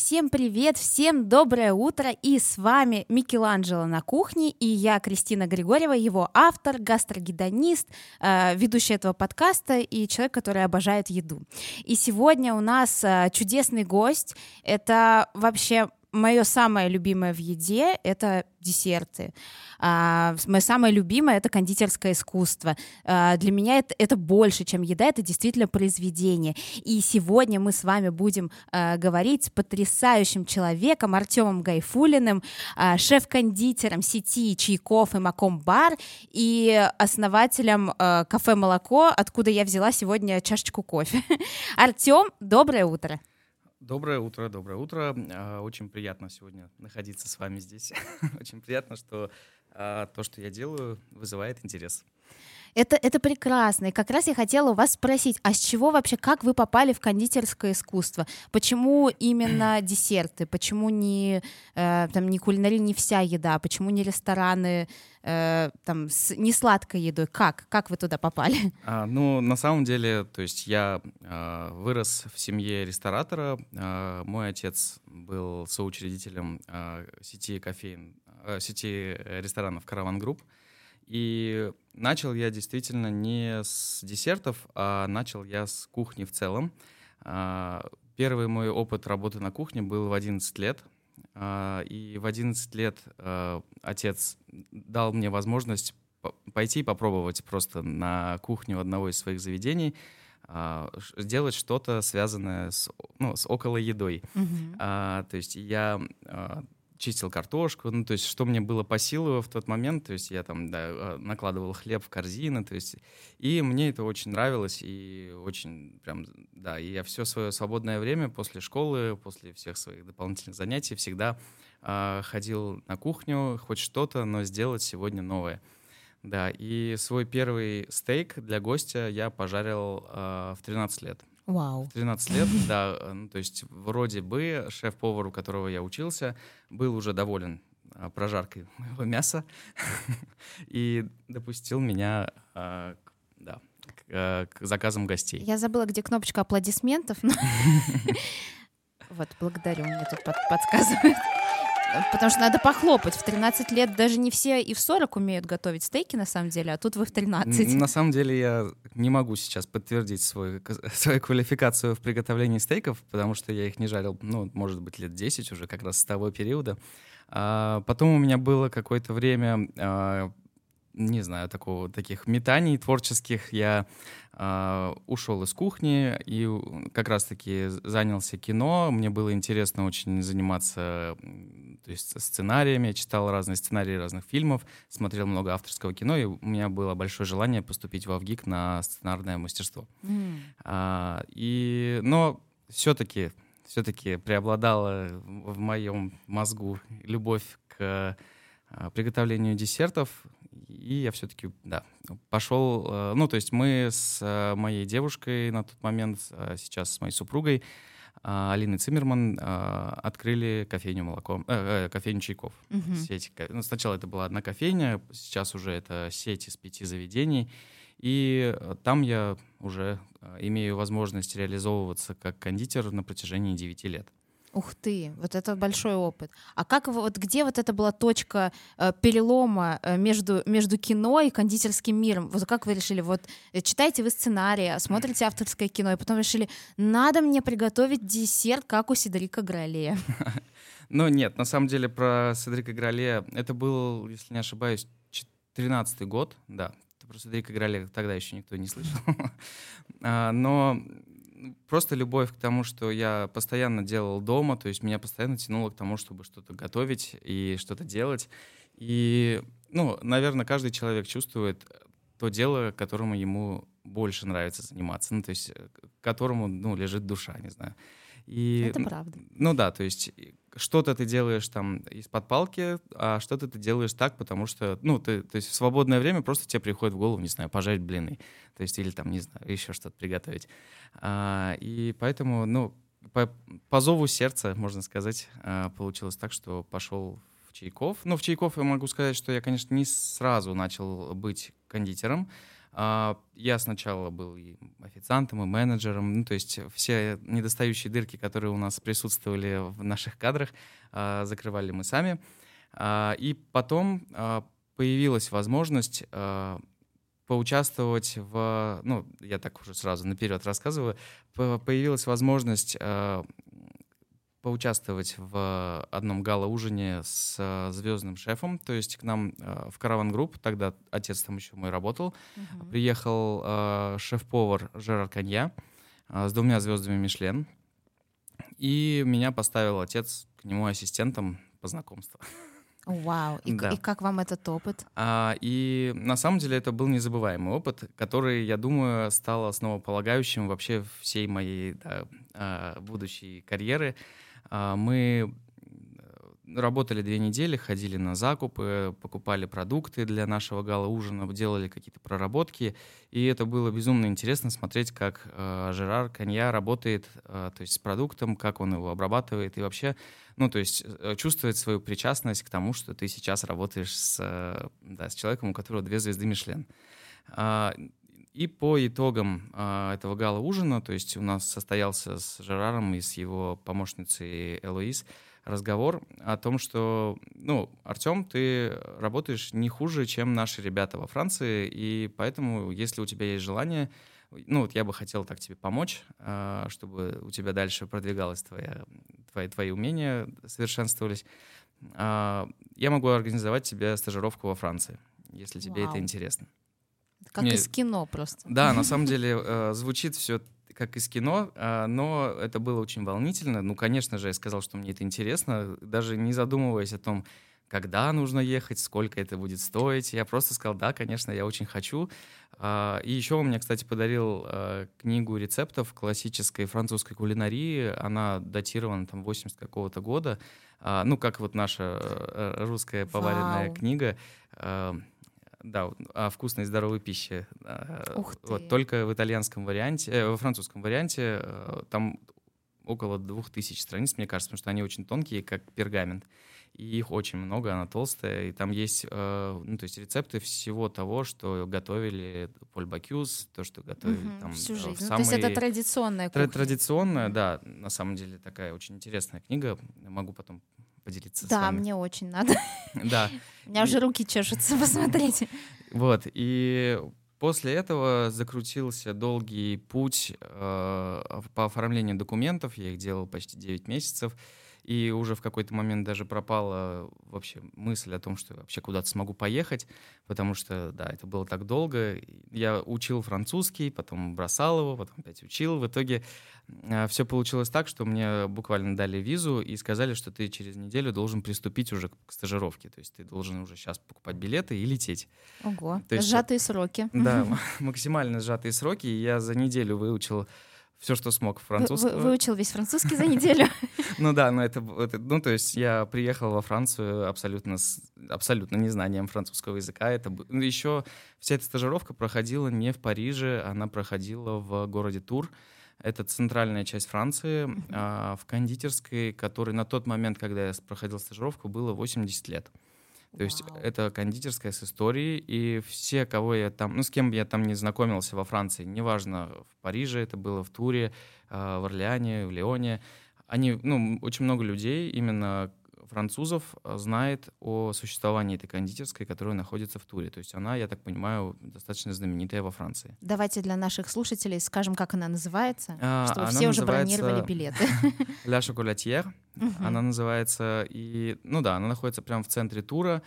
всем привет, всем доброе утро, и с вами Микеланджело на кухне, и я, Кристина Григорьева, его автор, гастрогедонист, ведущая этого подкаста и человек, который обожает еду. И сегодня у нас чудесный гость, это вообще мое самое любимое в еде — это десерты. Мое самое любимое — это кондитерское искусство. Для меня это больше, чем еда, это действительно произведение. И сегодня мы с вами будем говорить с потрясающим человеком Артемом Гайфуллиным, шеф-кондитером сети Чайков и Маком бар и основателем кафе «Молоко», откуда я взяла сегодня чашечку кофе. Артем, доброе утро. Доброе утро, доброе утро. Очень приятно сегодня находиться с вами здесь. Очень приятно, что то, что я делаю, вызывает интерес. Это прекрасно. И как раз я хотела у вас спросить, а с чего вообще, как вы попали в кондитерское искусство? Почему именно десерты? Почему не кулинария, не вся еда? Почему не рестораны с несладкой едой? Как вы туда попали? На самом деле, то есть я вырос в семье ресторатора. Мой отец был соучредителем сети ресторанов «Караван Групп». И начал я действительно не с десертов, а начал я с кухни в целом. Первый мой опыт работы на кухне был в 11 лет. И в 11 лет отец дал мне возможность пойти и попробовать просто на кухню одного из своих заведений сделать что-то, связанное с околоедой. То есть я чистил картошку, то есть что мне было по силу в тот момент, то есть я накладывал хлеб в корзины, то есть и мне это очень нравилось, и очень и я все свое свободное время после школы, после всех своих дополнительных занятий всегда ходил на кухню, хоть что-то, но сделать сегодня новое. Да, и свой первый стейк для гостя я пожарил в 13 лет. Вау. В 13 лет, да, то есть вроде бы шеф-повар, у которого я учился, был уже доволен прожаркой моего мяса и допустил меня к заказам гостей. Я забыла, где кнопочка аплодисментов. Вот, благодарю, мне тут подсказывают. Потому что надо похлопать. В 13 лет даже не все и в 40 умеют готовить стейки, на самом деле, а тут вы в 13. На самом деле я не могу сейчас подтвердить свою квалификацию в приготовлении стейков, потому что я их не жарил, может быть, лет 10 уже, как раз с того периода. Потом у меня было какое-то время, не знаю, таких метаний творческих. Я ушел из кухни и как раз-таки занялся кино. Мне было интересно очень заниматься сценариями. Я читал разные сценарии разных фильмов, смотрел много авторского кино, и у меня было большое желание поступить в ВГИК на сценарное мастерство. Но все-таки преобладала в моем мозгу любовь к приготовлению десертов, и я все-таки, пошел. То есть мы с моей девушкой на тот момент, сейчас с моей супругой, Алиной Циммерман, открыли кофейню Чайков. Сеть. Сначала это была одна кофейня, сейчас уже это сеть из 5 заведений. И там я уже имею возможность реализовываться как кондитер на протяжении 9 лет. Ух ты, вот это большой опыт. А где это была точка перелома между кино и кондитерским миром? Вот как вы решили, читаете вы сценарий, смотрите авторское кино, и потом решили, надо мне приготовить десерт, как у Седрика Гролле? Нет, на самом деле про Седрика Гролле это был, если не ошибаюсь, 13-й год, да. Про Седрика Гролле тогда еще никто не слышал. Но просто любовь к тому, что я постоянно делал дома, то есть меня постоянно тянуло к тому, чтобы что-то готовить и что-то делать. И, наверное, каждый человек чувствует то дело, которому ему больше нравится заниматься, то есть которому, лежит душа, не знаю. И, это правда. То есть что-то ты делаешь там из-под палки, а что-то ты делаешь так, потому что, то есть в свободное время просто тебе приходит в голову, не знаю, пожарить блины, то есть или там, не знаю, еще что-то приготовить. И поэтому, по зову сердца, можно сказать, получилось так, что пошел в Чайков. В Чайков я могу сказать, что я, конечно, не сразу начал быть кондитером. Я сначала был и официантом, и менеджером, ну, то есть все недостающие дырки, которые у нас присутствовали в наших кадрах, закрывали мы сами. И потом появилась возможность поучаствовать в... Ну, я так уже сразу наперед рассказываю. Появилась возможность поучаствовать в одном гала-ужине с звездным шефом. То есть к нам в Caravan Group, тогда отец там еще мой работал, приехал шеф-повар Жерар Канья с 2 звездами Мишлен. И меня поставил отец к нему ассистентом по знакомству. Вау, и как вам этот опыт? И на самом деле это был незабываемый опыт, который, я думаю, стал основополагающим вообще всей моей будущей карьеры. Мы работали 2 недели, ходили на закупы, покупали продукты для нашего гала-ужина, делали какие-то проработки. И это было безумно интересно смотреть, как Жерар Канья работает, то есть с продуктом, как он его обрабатывает и вообще, ну, то есть чувствовать свою причастность к тому, что ты сейчас работаешь с человеком, у которого 2 звезды Мишлен. И по итогам этого гала-ужина, то есть у нас состоялся с Жераром и с его помощницей Элоиз разговор о том, что, ну, Артем, ты работаешь не хуже, чем наши ребята во Франции, и поэтому, если у тебя есть желание, ну, вот я бы хотел так тебе помочь, чтобы у тебя дальше продвигалось твои умения, совершенствовались. Я могу организовать тебе стажировку во Франции, если тебе это интересно. Как из кино просто. Да, на самом деле звучит все как из кино, но это было очень волнительно. Ну, конечно же, я сказал, что мне это интересно, даже не задумываясь о том, когда нужно ехать, сколько это будет стоить. Я просто сказал, да, конечно, я очень хочу. И еще он мне, кстати, подарил книгу рецептов классической французской кулинарии. Она датирована там 80 какого-то года. Ну, как вот наша русская поваренная книга. Да, о вкусной и здоровой пище. Вот, только в итальянском варианте, во французском варианте там около 2000 страниц, мне кажется, потому что они очень тонкие, как пергамент. И их очень много, она толстая. И там есть, ну, то есть рецепты всего того, что готовили Поль Бакюс, то, что готовили там всю жизнь. в То есть это традиционная кухня. Традиционная, да. На самом деле такая очень интересная книга. Могу потом поделиться с вами. Да, мне очень надо. Да. У меня уже руки чешутся, посмотрите. Вот, и после этого закрутился долгий путь по оформлению документов. Я их делал почти 9 месяцев. И уже в какой-то момент даже пропала вообще мысль о том, что я вообще куда-то смогу поехать, потому что, да, это было так долго. Я учил французский, потом бросал его, потом опять учил. В итоге все получилось так, что мне буквально дали визу и сказали, что ты через неделю должен приступить уже к стажировке. То есть ты должен уже сейчас покупать билеты и лететь. Ого, сжатые сроки. Да, максимально сжатые сроки. И я за неделю выучил все, что смог французского. Выучил весь французский за неделю? Ну да, но ну то есть я приехал во Францию абсолютно незнанием французского языка. Еще вся эта стажировка проходила не в Париже, она проходила в городе Тур. Это центральная часть Франции, в кондитерской, которой на тот момент, когда я проходил стажировку, было 80 лет. То есть это кондитерская с историей, и все, кого я там, ну, с кем я там не знакомился во Франции, неважно, в Париже это было, в Туре, в Орлеане, в Лионе, очень много людей, именно французов, знает о существовании этой кондитерской, которая находится в Туре. То есть она, я так понимаю, достаточно знаменитая во Франции. Давайте для наших слушателей скажем, как она называется, чтобы все уже бронировали билеты. «La Chocolatière». Она называется, она находится прямо в центре Тура.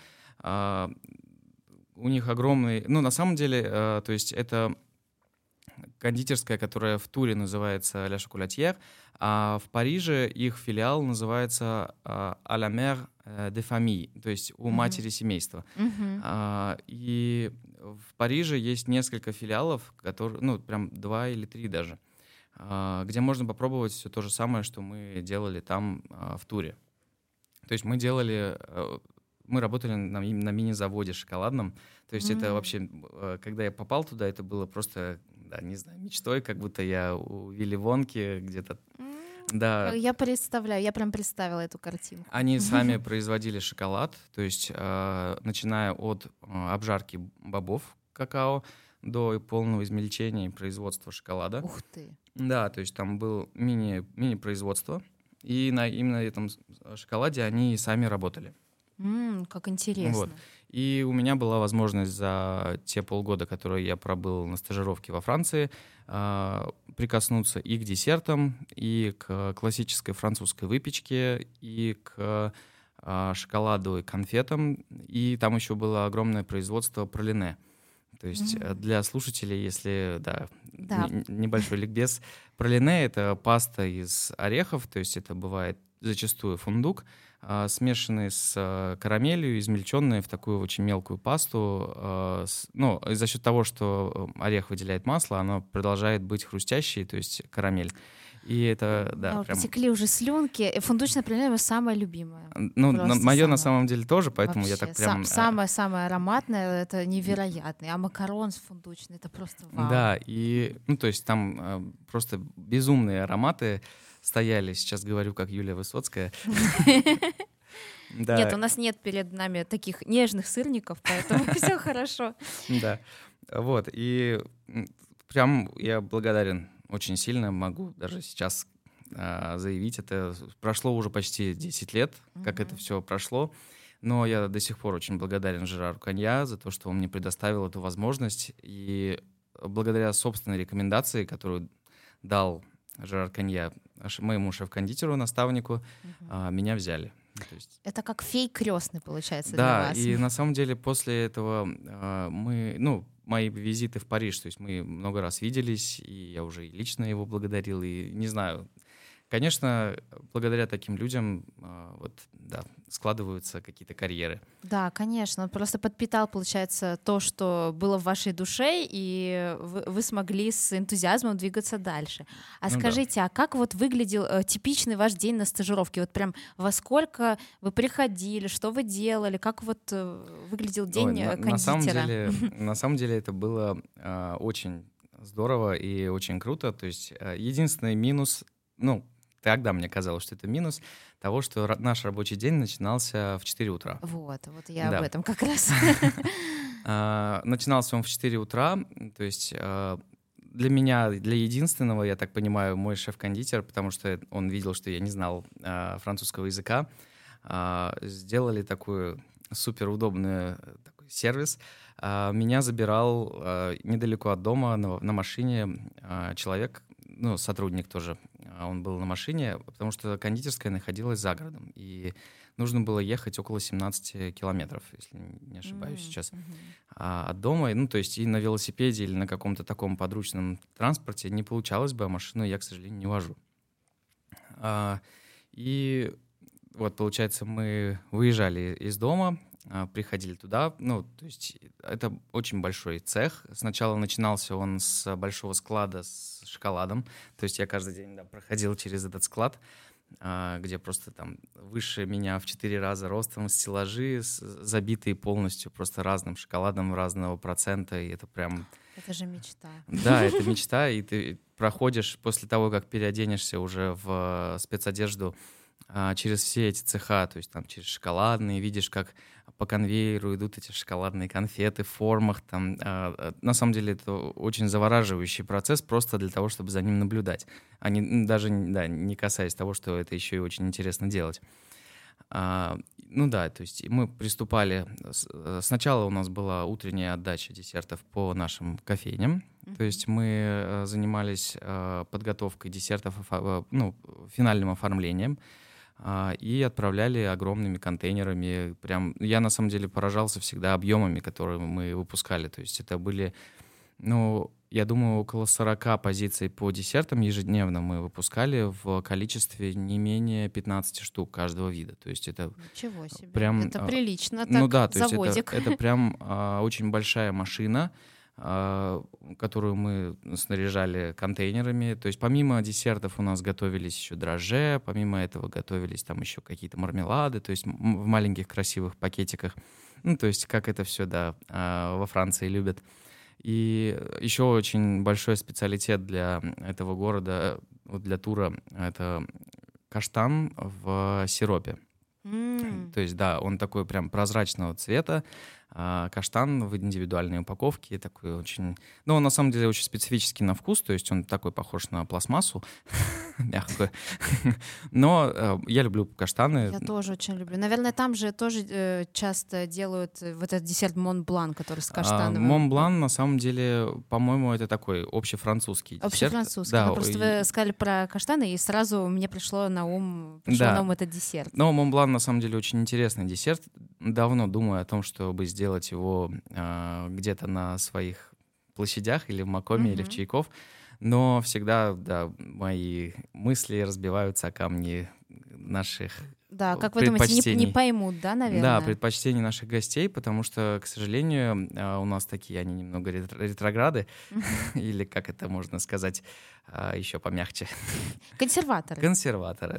У них огромный... Ну, на самом деле, то есть это кондитерская, которая в Туре называется «La Chocolatière», а в Париже их филиал называется «À la mère de famille», то есть «У матери семейства». И в Париже есть несколько филиалов, которые, ну, прям 2 или 3 даже, где можно попробовать все то же самое, что мы делали там в Туре. То есть мы работали на мини-заводе шоколадном. То есть это вообще, когда я попал туда, это было просто, да, не знаю, мечтой, как будто я у Вилли Вонки где-то. Да. Я прям представила эту картинку. Они сами производили шоколад, то есть начиная от обжарки бобов какао, до полного измельчения и производства шоколада. Ух ты. Да, то есть там было мини-производство, и именно этом шоколаде они сами работали. Как Вот. интересно. И у меня была возможность за те полгода, которые я пробыл на стажировке во Франции, прикоснуться и к десертам, и к классической французской выпечке, и к шоколаду и конфетам. И там еще было огромное производство пралине. То есть для слушателей, если, Да. небольшой ликбез, пралине — это паста из орехов, то есть это бывает зачастую фундук, смешанный с карамелью, измельченный в такую очень мелкую пасту. И за счет того, что орех выделяет масло, оно продолжает быть хрустящей, то есть карамель. И это, да, прям... Потекли уже слюнки. Фундучное пралине самое любимое. Мое на самом деле тоже, поэтому Вообще, я так прям... Самое-самое ароматное — это невероятно. А макарон фундучный — это просто вау. Да, и, то есть там просто безумные ароматы стояли. Сейчас говорю, как Юлия Высоцкая. Нет, у нас нет перед нами таких нежных сырников, поэтому все хорошо. Да, вот, и прям я благодарен очень сильно, могу даже сейчас заявить, это прошло уже почти 10 лет, как это все прошло, но я до сих пор очень благодарен Жерару Канья за то, что он мне предоставил эту возможность, и благодаря собственной рекомендации, которую дал Жерар Канья моему шеф-кондитеру, наставнику, меня взяли. Это как фей крестный, получается, да, для вас. И на самом деле после этого мои визиты в Париж, то есть мы много раз виделись, и я уже и лично его благодарил, и не знаю, конечно, благодаря таким людям складываются какие-то карьеры. Да, конечно, он просто подпитал, получается, то, что было в вашей душе, и вы смогли с энтузиазмом двигаться дальше. А скажите, а как вот выглядел типичный ваш день на стажировке? Вот прям во сколько вы приходили, что вы делали, как вот выглядел день кондитера? На самом деле это было очень здорово и очень круто. То есть единственный минус, тогда мне казалось, что это минус того, что наш рабочий день начинался в 4 утра. Вот я об этом как раз. Начинался он в 4 утра, то есть для меня, для единственного, я так понимаю, мой шеф-кондитер, потому что он видел, что я не знал французского языка, сделали такой суперудобный такой сервис. Меня забирал недалеко от дома на машине человек, сотрудник тоже, он был на машине, потому что кондитерская находилась за городом, и нужно было ехать около 17 километров, если не ошибаюсь сейчас, от дома. То есть и на велосипеде или на каком-то таком подручном транспорте не получалось бы, а машину я, к сожалению, не вожу. И вот, получается, мы выезжали из дома, приходили туда, то есть это очень большой цех. Сначала начинался он с большого склада с шоколадом, то есть я каждый день проходил через этот склад, где просто там выше меня в 4 раза ростом стеллажи, забитые полностью просто разным шоколадом разного процента, и это прям... Это же мечта. Да, это мечта, и ты проходишь после того, как переоденешься уже в спецодежду, через все эти цеха, то есть там через шоколадные, видишь, как по конвейеру идут эти шоколадные конфеты в формах. Там, на самом деле это очень завораживающий процесс просто для того, чтобы за ним наблюдать, даже не касаясь того, что это еще и очень интересно делать. То есть мы приступали... Сначала у нас была утренняя отдача десертов по нашим кофейням, то есть мы занимались подготовкой десертов, финальным оформлением, и отправляли огромными контейнерами. Прям я на самом деле поражался всегда объемами, которые мы выпускали. То есть это были, я думаю, около 40 позиций по десертам ежедневно мы выпускали в количестве не менее 15 штук каждого вида. То есть это Ничего себе. Прям, это прилично, так, заводик. То есть это прям очень большая машина, которую мы снаряжали контейнерами. То есть помимо десертов у нас готовились еще дрожжи, помимо этого готовились там еще какие-то мармелады, то есть в маленьких красивых пакетиках. То есть как это все, во Франции любят. И еще очень большой специалитет для этого города, для тура, это каштан в сиропе. То есть, да, он такой прям прозрачного цвета, каштан в индивидуальной упаковке, такой очень... Ну, он на самом деле очень специфический на вкус, то есть он такой похож на пластмассу мягкую. Но я люблю каштаны. Я тоже очень люблю. Наверное, там же тоже часто делают вот этот десерт Монблан, который с каштановым. Монблан, на самом деле, по-моему, это такой общефранцузский десерт. Общефранцузский. Да, Ну, просто вы сказали про каштаны, и сразу мне пришло на ум этот десерт. Но Монблан, на самом деле, очень интересный десерт. Давно думаю о том, чтобы сделать его где-то на своих площадях или в Макоме, или в Чайков. Но всегда, да, мои мысли разбиваются о камни наших Да, как вы думаете, не поймут, да, наверное? Да, предпочтений наших гостей, потому что, к сожалению, у нас такие, они немного ретрограды, или, как это можно сказать, еще помягче. Консерваторы. Консерваторы,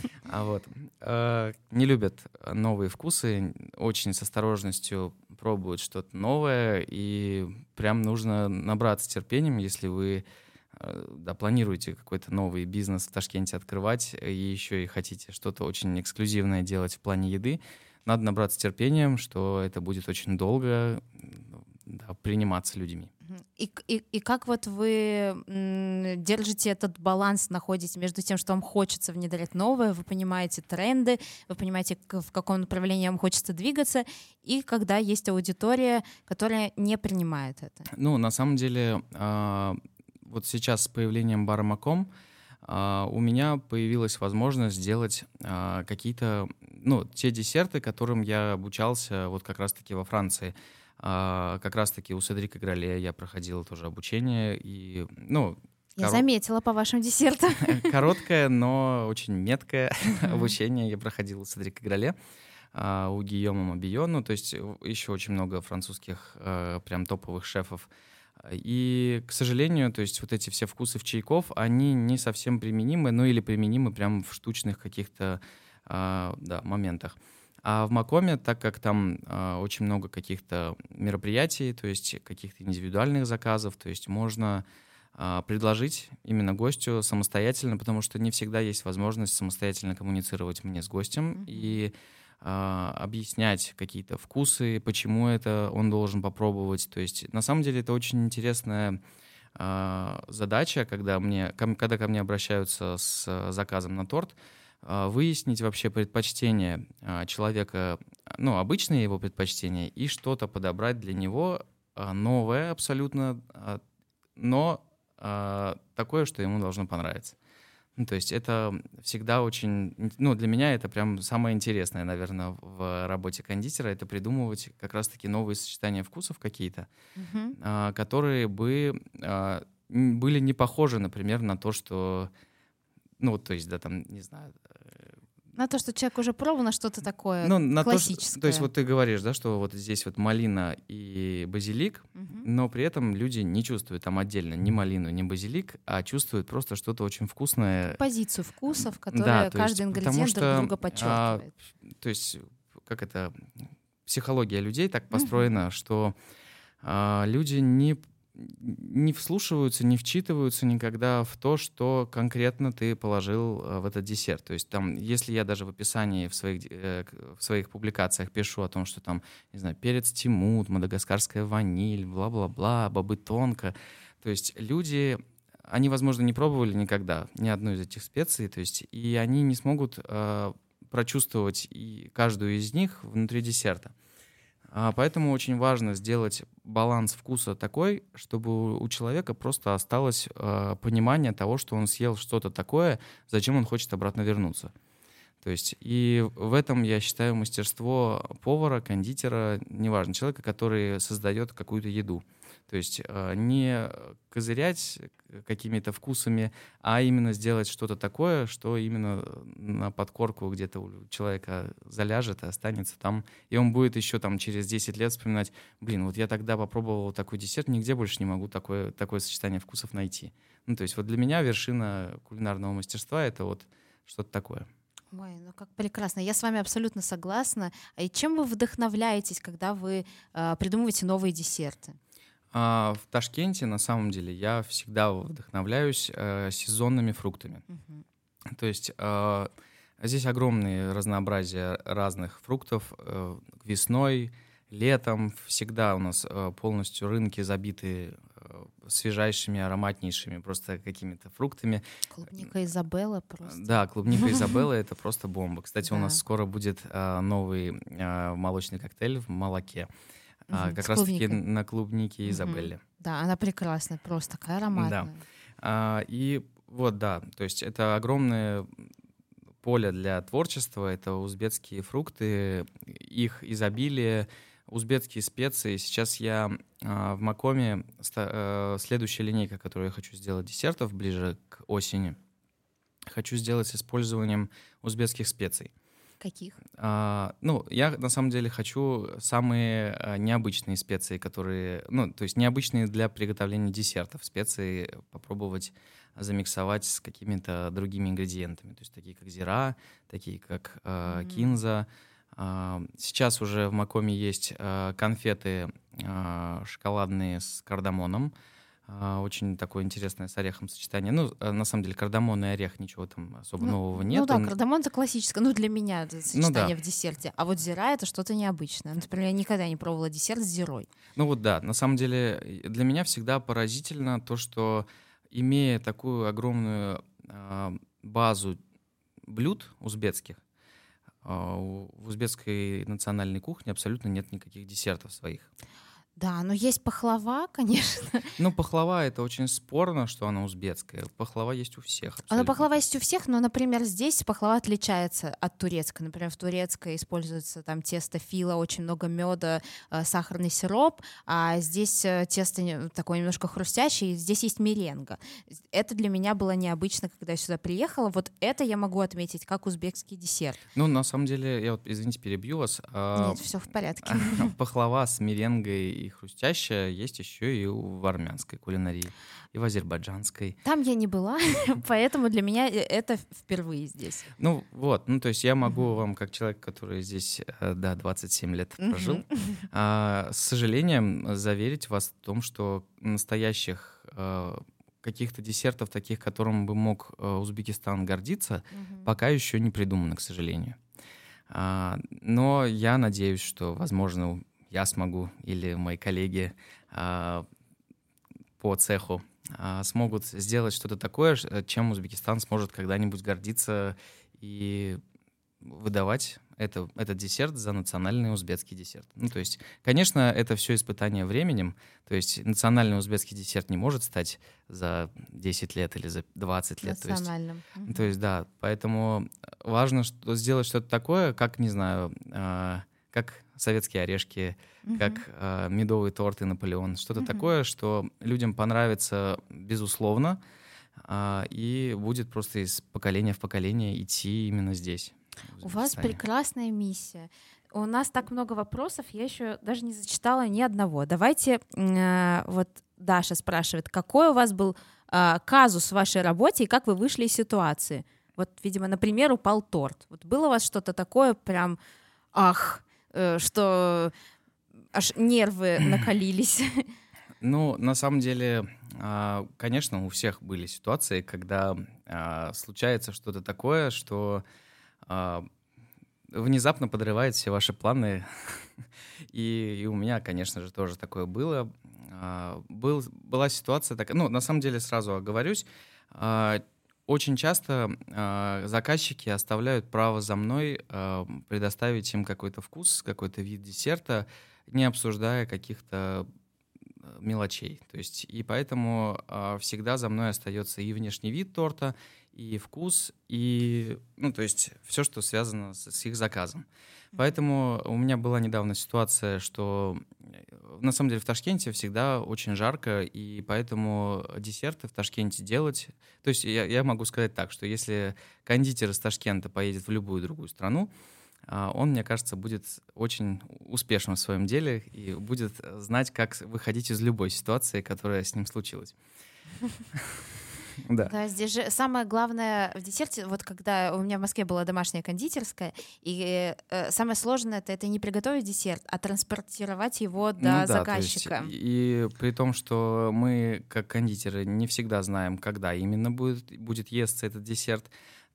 да. Не любят новые вкусы, очень с осторожностью пробуют что-то новое, и прям нужно набраться терпением, если вы планируете какой-то новый бизнес в Ташкенте открывать и еще и хотите что-то очень эксклюзивное делать в плане еды, надо набраться терпением, что это будет очень долго приниматься людьми. И как вот вы держите этот баланс, находите между тем, что вам хочется внедрять новое, вы понимаете тренды, вы понимаете, в каком направлении вам хочется двигаться, и когда есть аудитория, которая не принимает это? Ну, на самом деле... Вот сейчас с появлением бара Маком у меня появилась возможность сделать какие-то, те десерты, которым я обучался вот как раз-таки во Франции. Как раз-таки у Седрика Грале я проходил тоже обучение. И, я заметила по вашим десертам. Короткое, но очень меткое обучение я проходил у Седрика Грале, у Гийома Мабиона, то есть еще очень много французских прям топовых шефов. И, к сожалению, то есть вот эти все вкусы в чайков, они не совсем применимы, или применимы прямо в штучных каких-то моментах. А в Макоме, так как там очень много каких-то мероприятий, то есть каких-то индивидуальных заказов, то есть можно предложить именно гостю самостоятельно, потому что не всегда есть возможность самостоятельно коммуницировать мне с гостем и объяснять какие-то вкусы, почему это он должен попробовать. То есть на самом деле это очень интересная задача, когда ко мне обращаются с заказом на торт, выяснить вообще предпочтения человека, обычные его предпочтения, и что-то подобрать для него новое абсолютно, но такое, что ему должно понравиться. То есть это всегда очень... для меня это прям самое интересное, наверное, в работе кондитера, это придумывать как раз-таки новые сочетания вкусов какие-то, которые бы были не похожи, например, на то, что... не знаю... На то, что человек уже пробовал, на что-то такое классическое. То есть вот ты говоришь, да, что вот здесь вот малина и базилик, но при этом люди не чувствуют там отдельно ни малину, ни базилик, а чувствуют просто что-то очень вкусное. Позицию вкусов, которые каждый ингредиент друг друга подчеркивает. То есть как это... Психология людей так построена, что люди не вслушиваются, не вчитываются никогда в то, что конкретно ты положил в этот десерт. То есть там, если я даже в описании в своих публикациях пишу о том, что там, не знаю, перец тимут, мадагаскарская ваниль, бла-бла-бла, бобы тонко, то есть люди, они, возможно, не пробовали никогда ни одну из этих специй, то есть и они не смогут прочувствовать и каждую из них внутри десерта. Поэтому очень важно сделать баланс вкуса такой, чтобы у человека просто осталось понимание того, что он съел что-то такое, зачем он хочет обратно вернуться. То есть и в этом, я считаю, мастерство повара, кондитера, неважно, человека, который создает какую-то еду. То есть не козырять какими-то вкусами, а именно сделать что-то такое, что именно на подкорку где-то у человека заляжет и останется там. И он будет еще там через 10 лет вспоминать: вот я тогда попробовал такой десерт, нигде больше не могу такое сочетание вкусов найти. То есть вот для меня вершина кулинарного мастерства — это вот что-то такое. Ой, как прекрасно. Я с вами абсолютно согласна. И чем вы вдохновляетесь, когда вы придумываете новые десерты? В Ташкенте, на самом деле, я всегда вдохновляюсь сезонными фруктами. То есть Здесь огромное разнообразие разных фруктов. Весной, летом всегда у нас полностью рынки забиты свежайшими, ароматнейшими просто какими-то фруктами. Клубника Изабелла просто. Да, клубника Изабелла — это просто бомба. Кстати, у нас Да. скоро будет новый молочный коктейль в молоке. Как С раз-таки клубникой. на клубнике Мгм. Изабелле. Да, она прекрасная, просто такая Да. ароматная. И вот, да, то есть это огромное поле для творчества, это узбекские фрукты, их изобилие, узбекские специи. Сейчас я в Макоме, следующая линейка, которую я хочу сделать десертов ближе к осени, хочу сделать с использованием узбекских специй. Каких? Ну, я на самом деле хочу самые необычные специи, которые, ну, то есть необычные для приготовления десертов специи попробовать замиксовать с какими-то другими ингредиентами, то есть такие как зира, такие как кинза. Сейчас уже в Макоме есть конфеты шоколадные с кардамоном. Очень такое интересное с орехом сочетание. Ну, на самом деле, кардамон и орех, ничего там особо нового нет. Ну да, кардамон — это классическое. Ну, для меня это сочетание да. в десерте. А вот зира — это что-то необычное. Например, я никогда не пробовала десерт с зирой. Ну вот да, на самом деле для меня всегда поразительно то, что имея такую огромную базу блюд узбекских, в узбекской национальной кухне абсолютно нет никаких десертов своих. Да, но есть пахлава, конечно. Ну, пахлава — это очень спорно, что она узбекская. Пахлава есть у всех Она абсолютно. пахлава есть у всех, но, например, здесь пахлава отличается от турецкой. Например, в турецкой используется там тесто фила, очень много меда, сахарный сироп, а здесь тесто такое немножко хрустящее, и здесь есть меренга. Это для меня было необычно, когда я сюда приехала. Вот это я могу отметить как узбекский десерт. Ну, на самом деле, я вот, извините, перебью вас. Нет, все в порядке. Пахлава с меренгой и хрустящая есть еще и в армянской кулинарии, и в азербайджанской. Там я не была, поэтому для меня это впервые здесь. Ну вот, ну то есть я могу вам, как человек, который здесь, да, 27 лет прожил, с сожалением заверить вас в том, что настоящих каких-то десертов, таких, которым бы мог Узбекистан гордиться, пока еще не придумано, к сожалению. Но я надеюсь, что, возможно, я смогу или мои коллеги по цеху смогут сделать что-то такое, чем Узбекистан сможет когда-нибудь гордиться и выдавать этот десерт за национальный узбекский десерт. Ну, то есть, конечно, это все испытание временем. То есть национальный узбекский десерт не может стать за 10 лет или за 20 лет. Национальным. То есть, да, поэтому важно сделать что-то такое, как, не знаю, как советские орешки, как медовый торт и Наполеон. Что-то такое, что людям понравится, безусловно, и будет просто из поколения в поколение идти именно здесь. У вас прекрасная миссия. У нас так много вопросов, я еще даже не зачитала ни одного. Давайте, вот Даша спрашивает, какой у вас был казус в вашей работе и как вы вышли из ситуации? Вот, видимо, например, упал торт. Вот было у вас что-то такое прям, что аж нервы накалились? Ну, на самом деле, конечно, у всех были ситуации, когда случается что-то такое, что внезапно подрывает все ваши планы. И у меня, конечно же, тоже такое было. Была ситуация такая, ну, на самом деле, сразу оговорюсь, очень часто заказчики оставляют право за мной предоставить им какой-то вкус, какой-то вид десерта, не обсуждая каких-то мелочей. То есть, и поэтому всегда за мной остается и внешний вид торта, и вкус, и, ну, то есть все, что связано с их заказом. Поэтому у меня была недавно ситуация, что на самом деле в Ташкенте всегда очень жарко, и поэтому десерты в Ташкенте делать... То есть я могу сказать так, что если кондитер из Ташкента поедет в любую другую страну, он, мне кажется, будет очень успешным в своем деле и будет знать, как выходить из любой ситуации, которая с ним случилась. Да, здесь же самое главное в десерте, вот когда у меня в Москве была домашняя кондитерская, и самое сложное это не приготовить десерт, а транспортировать его до заказчика. И при том, что мы, как кондитеры, не всегда знаем, когда именно будет естся этот десерт. То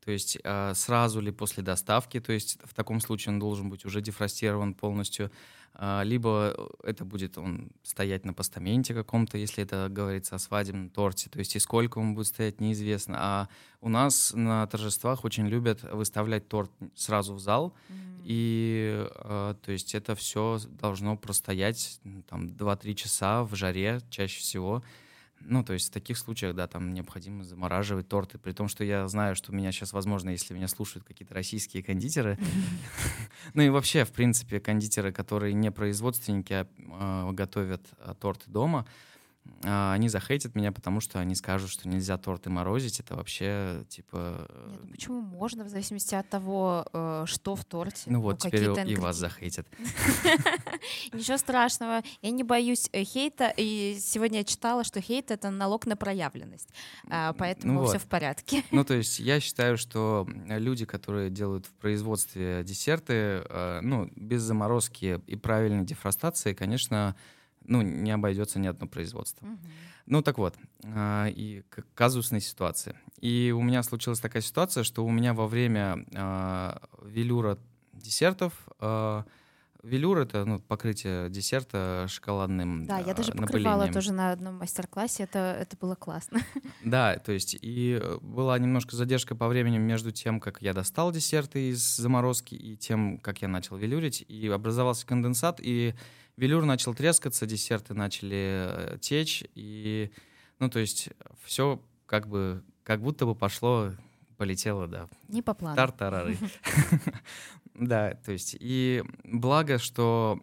то есть сразу ли после доставки, то есть в таком случае он должен быть уже дефростирован полностью, либо это будет он стоять на постаменте каком-то, если это говорится о свадебном торте, то есть и сколько он будет стоять, неизвестно. А у нас на торжествах очень любят выставлять торт сразу в зал, и то есть это все должно простоять там 2-3 часа в жаре чаще всего. Ну, то есть в таких случаях, да, там необходимо замораживать торты, при том, что я знаю, что меня сейчас, возможно, если меня слушают какие-то российские кондитеры, ну и вообще, в принципе, кондитеры, которые не производственники, а готовят торты дома, они захейтят меня, потому что они скажут, что нельзя торты морозить, это вообще, типа... Нет, ну почему можно, в зависимости от того, что в торте? Ну вот, теперь какие-то и вас ингредиенты. захейтят. Ничего страшного, я не боюсь хейта, и сегодня я читала, что хейт — это налог на проявленность, Ну поэтому все вот. в порядке. Ну, то есть я считаю, что люди, которые делают в производстве десерты, ну, без заморозки и правильной дефростации, конечно, ну, не обойдется ни одно производство. Ну, так вот, и казусной ситуации. И у меня случилась такая ситуация, что у меня во время велюра десертов, велюр — это покрытие десерта шоколадным Да, я даже покрывала напылением. тоже на одном мастер-классе, это было классно. Да, то есть и была немножко задержка по времени между тем, как я достал десерты из заморозки, и тем, как я начал велюрить, и образовался конденсат, и велюр начал трескаться, десерты начали течь, и, ну, то есть все как будто бы полетело, да, Не по плану. тар-тарары. Да, то есть и благо, что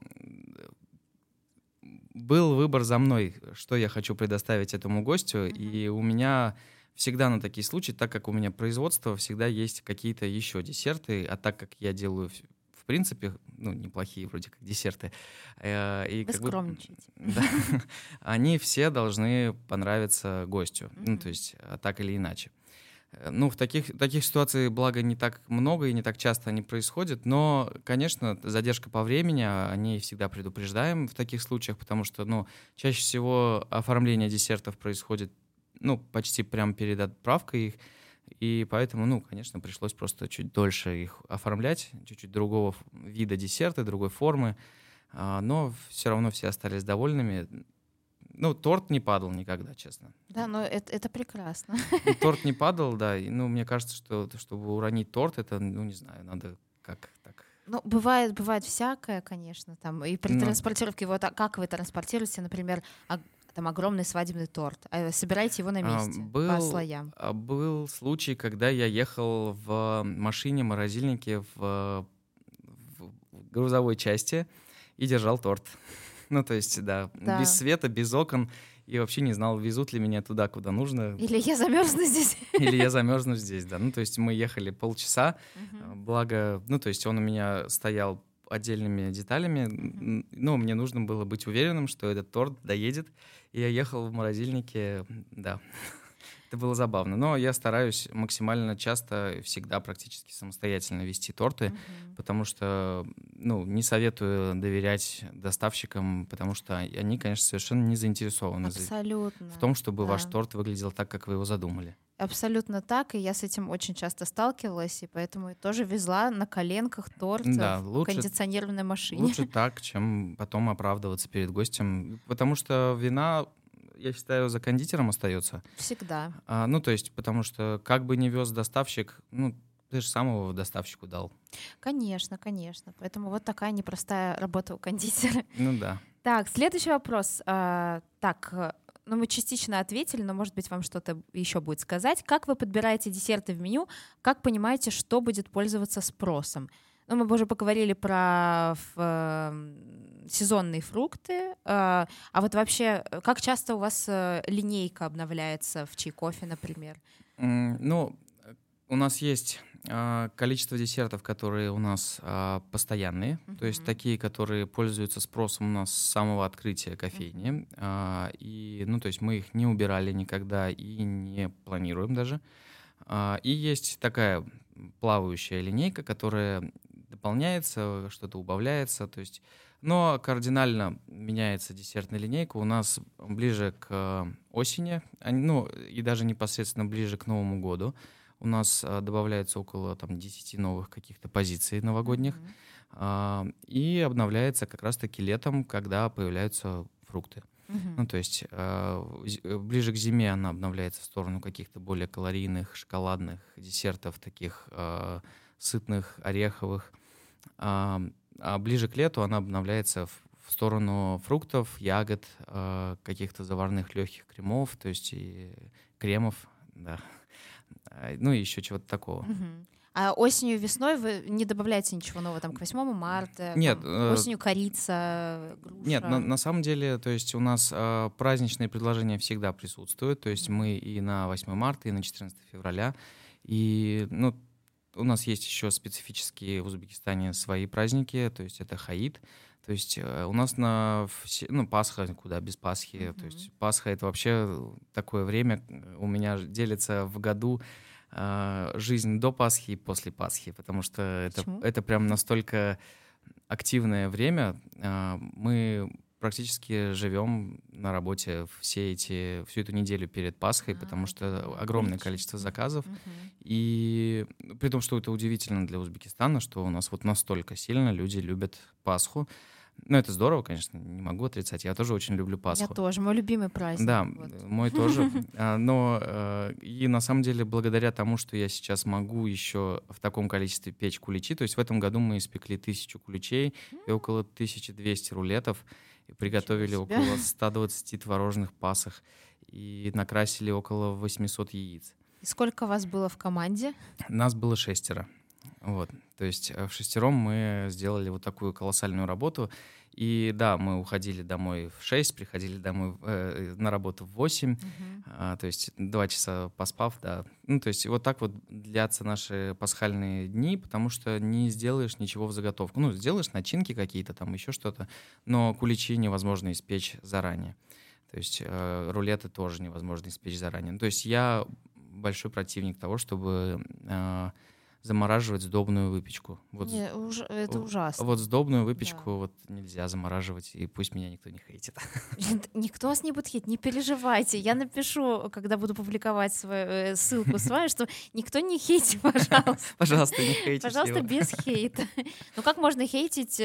был выбор за мной, что я хочу предоставить этому гостю, и у меня всегда на такие случаи, так как у меня производство, всегда есть какие-то еще десерты, а так как я делаю в принципе, ну, неплохие вроде как десерты, и Вы как бы, скромничаете. да, они все должны понравиться гостю, ну, то есть так или иначе. Ну, в таких ситуациях, благо, не так много и не так часто они происходят, но, конечно, задержка по времени, о ней всегда предупреждаем в таких случаях, потому что, ну, чаще всего оформление десертов происходит, ну, почти прямо перед отправкой их, и поэтому, ну, конечно, пришлось просто чуть дольше их оформлять, чуть-чуть другого вида десерта, другой формы, но все равно все остались довольными. Ну, торт не падал никогда, честно. Да, но это прекрасно. Ну, торт не падал, да. И, ну, мне кажется, что чтобы уронить торт, это, ну, не знаю, надо как так. Ну, бывает всякое, конечно, там, и при Ну, транспортировке, вот как вы транспортируете, например, там огромный свадебный торт, собираете его на месте по слоям? был случай, когда я ехал в машине-морозильнике в грузовой части и держал торт. Ну, то есть, да, Да. без света, без окон, и вообще не знал, везут ли меня туда, куда нужно, Или я замерзну здесь? или я замерзну здесь, да. Ну, то есть мы ехали полчаса, благо, ну, то есть он у меня стоял отдельными деталями, но мне нужно было быть уверенным, что этот торт доедет, и я ехал в морозильнике, да. Это было забавно. Но я стараюсь максимально часто, всегда практически самостоятельно вести торты, потому что, ну, не советую доверять доставщикам, потому что они, конечно, совершенно не заинтересованы Абсолютно. в том, чтобы ваш да. торт выглядел так, как вы его задумали. Абсолютно так, и я с этим очень часто сталкивалась, и поэтому я тоже везла на коленках торт Да, в лучше кондиционированной машине. Лучше так, чем потом оправдываться перед гостем, потому что вина, я считаю, за кондитером остается. Всегда. Ну, то есть, потому что как бы ни вез доставщик, ну, ты же сам его доставщику дал. Конечно, конечно. Поэтому вот такая непростая работа у кондитера. Ну да. Так, следующий вопрос. Ну, мы частично ответили, но, может быть, вам что-то еще будет сказать. Как вы подбираете десерты в меню? Как понимаете, что будет пользоваться спросом? Ну, мы уже поговорили про сезонные фрукты. А вот вообще, как часто у вас линейка обновляется в чайкофе, например? Ну, у нас есть количество десертов, которые у нас постоянные, то есть такие, которые пользуются спросом у нас с самого открытия кофейни. И, ну, то есть мы их не убирали никогда и не планируем даже. И есть такая плавающая линейка, которая дополняется, что-то убавляется, то есть, но кардинально меняется десертная линейка у нас ближе к осени, ну и даже непосредственно ближе к Новому году. у нас добавляется около там 10 новых каких-то позиций новогодних. И обновляется как раз-таки летом, когда появляются фрукты. Ну, то есть ближе к зиме она обновляется в сторону каких-то более калорийных, шоколадных десертов, таких сытных, ореховых. А ближе к лету она обновляется в сторону фруктов, ягод, каких-то заварных легких кремов, то есть и кремов, да. Ну и еще чего-то такого. А осенью, весной вы не добавляете ничего нового, там, к 8 марта? Нет. Осенью корица, груша? Нет, на самом деле, то есть у нас праздничные предложения всегда присутствуют, то есть мы и на 8 марта, и на 14 февраля, и, ну, у нас есть еще специфические в Узбекистане свои праздники, то есть это Хаид, то есть у нас Пасха, куда без Пасхи, то есть Пасха — это вообще такое время, у меня делится в году жизнь до Пасхи и после Пасхи, потому что это прям настолько активное время. Мы практически живем на работе всю эту неделю перед Пасхой, потому что огромное количество заказов. И при том, что это удивительно для Узбекистана, что у нас вот настолько сильно люди любят Пасху. Ну, это здорово, конечно, не могу отрицать. Я тоже очень люблю Пасху. Я тоже, мой любимый праздник. Да, мой тоже. Но и на самом деле благодаря тому, что я сейчас могу еще в таком количестве печь куличи, то есть в этом году мы испекли 1000 куличей и около 1200 рулетов, и приготовили около 120 творожных пасок и накрасили около 800 яиц. И сколько вас было в команде? Нас было 6. Вот. То есть вшестером мы сделали вот такую колоссальную работу. И да, мы уходили домой в 6, приходили домой на работу в 8, то есть 2 часа поспав, да. Ну, то есть вот так вот длятся наши пасхальные дни, потому что не сделаешь ничего в заготовку. Ну, сделаешь начинки какие-то, там еще что-то, но куличи невозможно испечь заранее. То есть рулеты тоже невозможно испечь заранее. То есть я большой противник того, чтобы замораживать сдобную выпечку. Вот это ужасно. Вот сдобную выпечку вот нельзя замораживать, и пусть меня никто не хейтит. Никто вас не будет хейтить, не переживайте. Я напишу, когда буду публиковать свою ссылку с вами, что никто не хейтит, пожалуйста. Пожалуйста, не хейтите Пожалуйста, его. без хейта. Ну как можно хейтить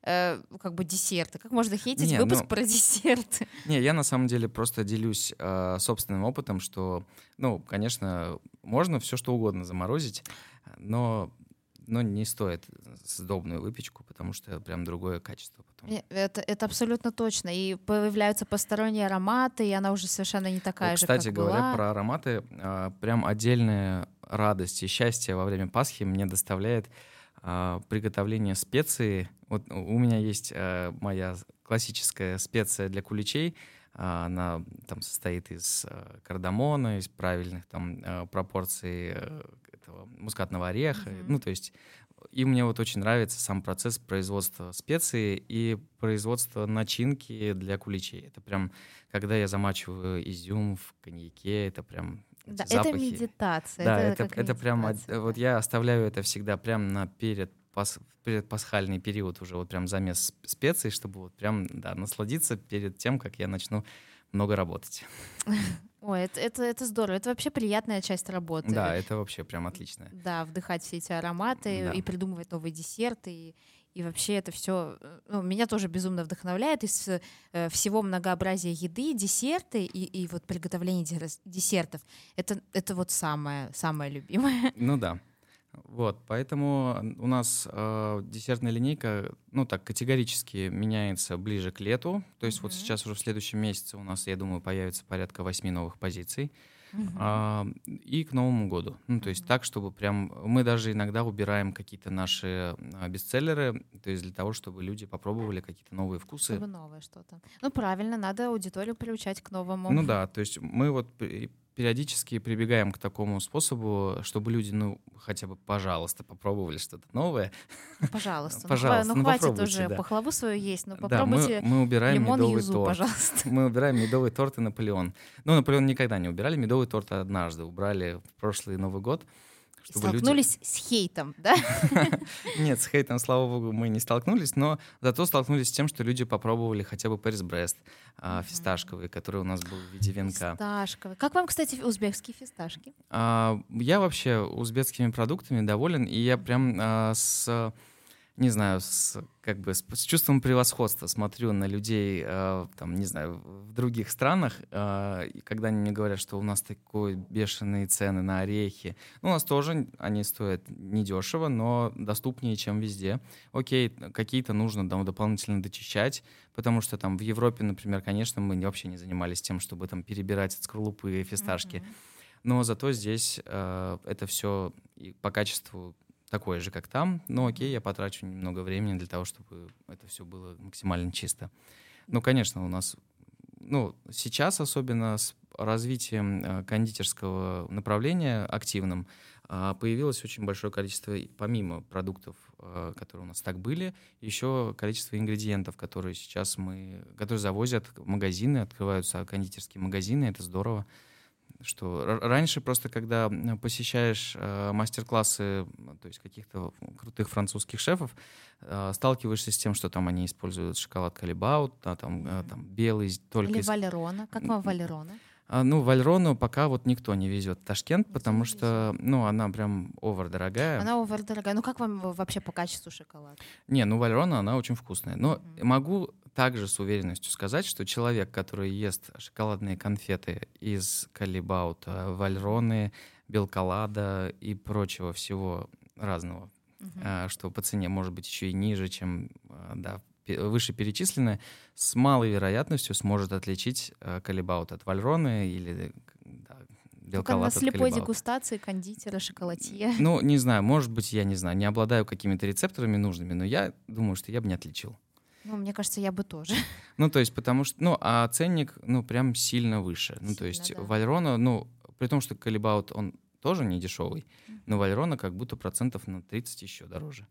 как бы десерты? Как можно хейтить выпуск про десерты? Не, я на самом деле просто делюсь собственным опытом, что, ну, конечно, можно все что угодно заморозить, но не стоит сдобную выпечку, потому что прям другое качество потом. Это абсолютно точно. И появляются посторонние ароматы, и она уже совершенно не такая же, как была. Кстати говоря, про ароматы, прям отдельная радость и счастье во время Пасхи мне доставляет приготовление специи. Вот у меня есть моя классическая специя для куличей. Она там состоит из кардамона, из правильных там пропорций этого мускатного ореха. Ну, то есть, и мне вот очень нравится сам процесс производства специй и производства начинки для куличей. Это прям, когда я замачиваю изюм в коньяке, это прям да, запахи. Это медитация. Да, это прям, вот я оставляю это всегда прям на предпасхальный период, уже вот прям замес специй, чтобы вот прям, да, насладиться перед тем, как я начну много работать. Ой, это здорово. Это вообще приятная часть работы. Да, это вообще прям отлично. Да, вдыхать все эти ароматы, да, и придумывать новые десерты. И вообще это все меня тоже безумно вдохновляет. Из всего многообразия еды, десерты и вот приготовление десертов — это вот самое любимое. Ну да. Вот, поэтому у нас десертная линейка, ну так, категорически меняется ближе к лету. То есть вот сейчас уже в следующем месяце у нас, я думаю, появится порядка 8 новых позиций. И к Новому году. Ну, то есть так, чтобы прям... Мы даже иногда убираем какие-то наши бестселлеры, то есть для того, чтобы люди попробовали какие-то новые вкусы. Чтобы новое что-то. Ну, правильно, надо аудиторию приучать к новому. Ну да, то есть мы вот периодически прибегаем к такому способу, чтобы люди, ну, хотя бы, пожалуйста, попробовали что-то новое. Пожалуйста. Пожалуйста, ну хватит уже пахлаву свою есть, но да, попробуйте мы убираем лимон медовый юзу, торт. пожалуйста. Мы убираем медовый торт и Наполеон. Ну, Наполеон никогда не убирали, медовый торт однажды убрали в прошлый Новый год, чтобы люди... Столкнулись с хейтом, да? Нет, с хейтом, слава богу, мы не столкнулись, но зато столкнулись с тем, что люди попробовали хотя бы Пэрис-Брест фисташковый, который у нас был в виде венка. Фисташковый. Как вам, кстати, узбекские фисташки? Я вообще узбекскими продуктами доволен, и я прям не знаю, с чувством превосходства смотрю на людей, там, не знаю, в других странах, и когда они мне говорят, что у нас такие бешеные цены на орехи. Ну, у нас тоже они стоят недешево, но доступнее, чем везде. Окей, какие-то нужно там дополнительно дочищать, потому что там в Европе, например, конечно, мы вообще не занимались тем, чтобы там перебирать от скорлупы фисташки. Но зато здесь это все по качеству такое же, как там, но окей, я потрачу немного времени для того, чтобы это все было максимально чисто. Ну, конечно, у нас, сейчас особенно с развитием кондитерского направления активным появилось очень большое количество, помимо продуктов, которые у нас так были, еще количество ингредиентов, которые сейчас которые завозят в магазины, открываются кондитерские магазины, это здорово. Что раньше просто, когда посещаешь мастер-классы, то есть каких-то крутых французских шефов, сталкиваешься с тем, что там они используют шоколад Калибаут, там белый только... Или Валерона. Как вам Валерона? Вальрону пока вот никто не везет в Ташкент, потому что, она прям овер-дорогая. Она овер-дорогая. Как вам вообще по качеству шоколад? Вальрона, она очень вкусная. Но могу также с уверенностью сказать, что человек, который ест шоколадные конфеты из Калибаута, Вальроны, Белколада и прочего всего разного, что по цене может быть еще и ниже, чем вышеперечисленное, с малой вероятностью сможет отличить Калибаут от Вальроны или Белколад от Калибаута. Как на слепой дегустации кондитера, шоколадье. Не знаю, может быть, я не знаю, не обладаю какими-то рецепторами нужными, но я думаю, что я бы не отличил. Мне кажется, я бы тоже. То есть, потому что, а ценник, прям сильно выше. То есть, Вальрона, при том, что Калибаут, он тоже не дешевый, но Вальрона как будто процентов на 30 еще дороже.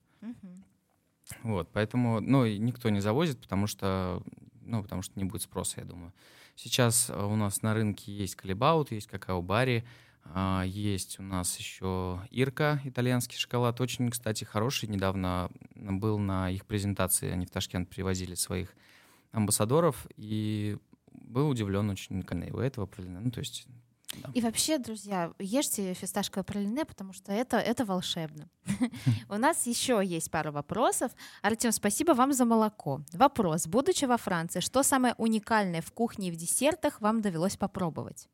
Вот, поэтому, никто не завозит, потому что не будет спроса, я думаю. Сейчас у нас на рынке есть Калибаут, есть какао-барри, есть у нас еще Ирка, итальянский шоколад, очень, кстати, хороший. Недавно был на их презентации, они в Ташкент привозили своих амбассадоров, и был удивлен очень у этого пралине. То есть... Да. И вообще, друзья, ешьте фисташковое пралине, потому что это волшебно. У нас еще есть пара вопросов. Артем, спасибо вам за молоко. Вопрос. Будучи во Франции, что самое уникальное в кухне и в десертах вам довелось попробовать?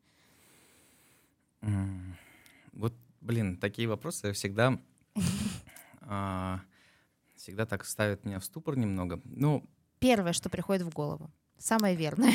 Вот, такие вопросы всегда так ставят меня в ступор немного. Первое, что приходит в голову. Самое верное.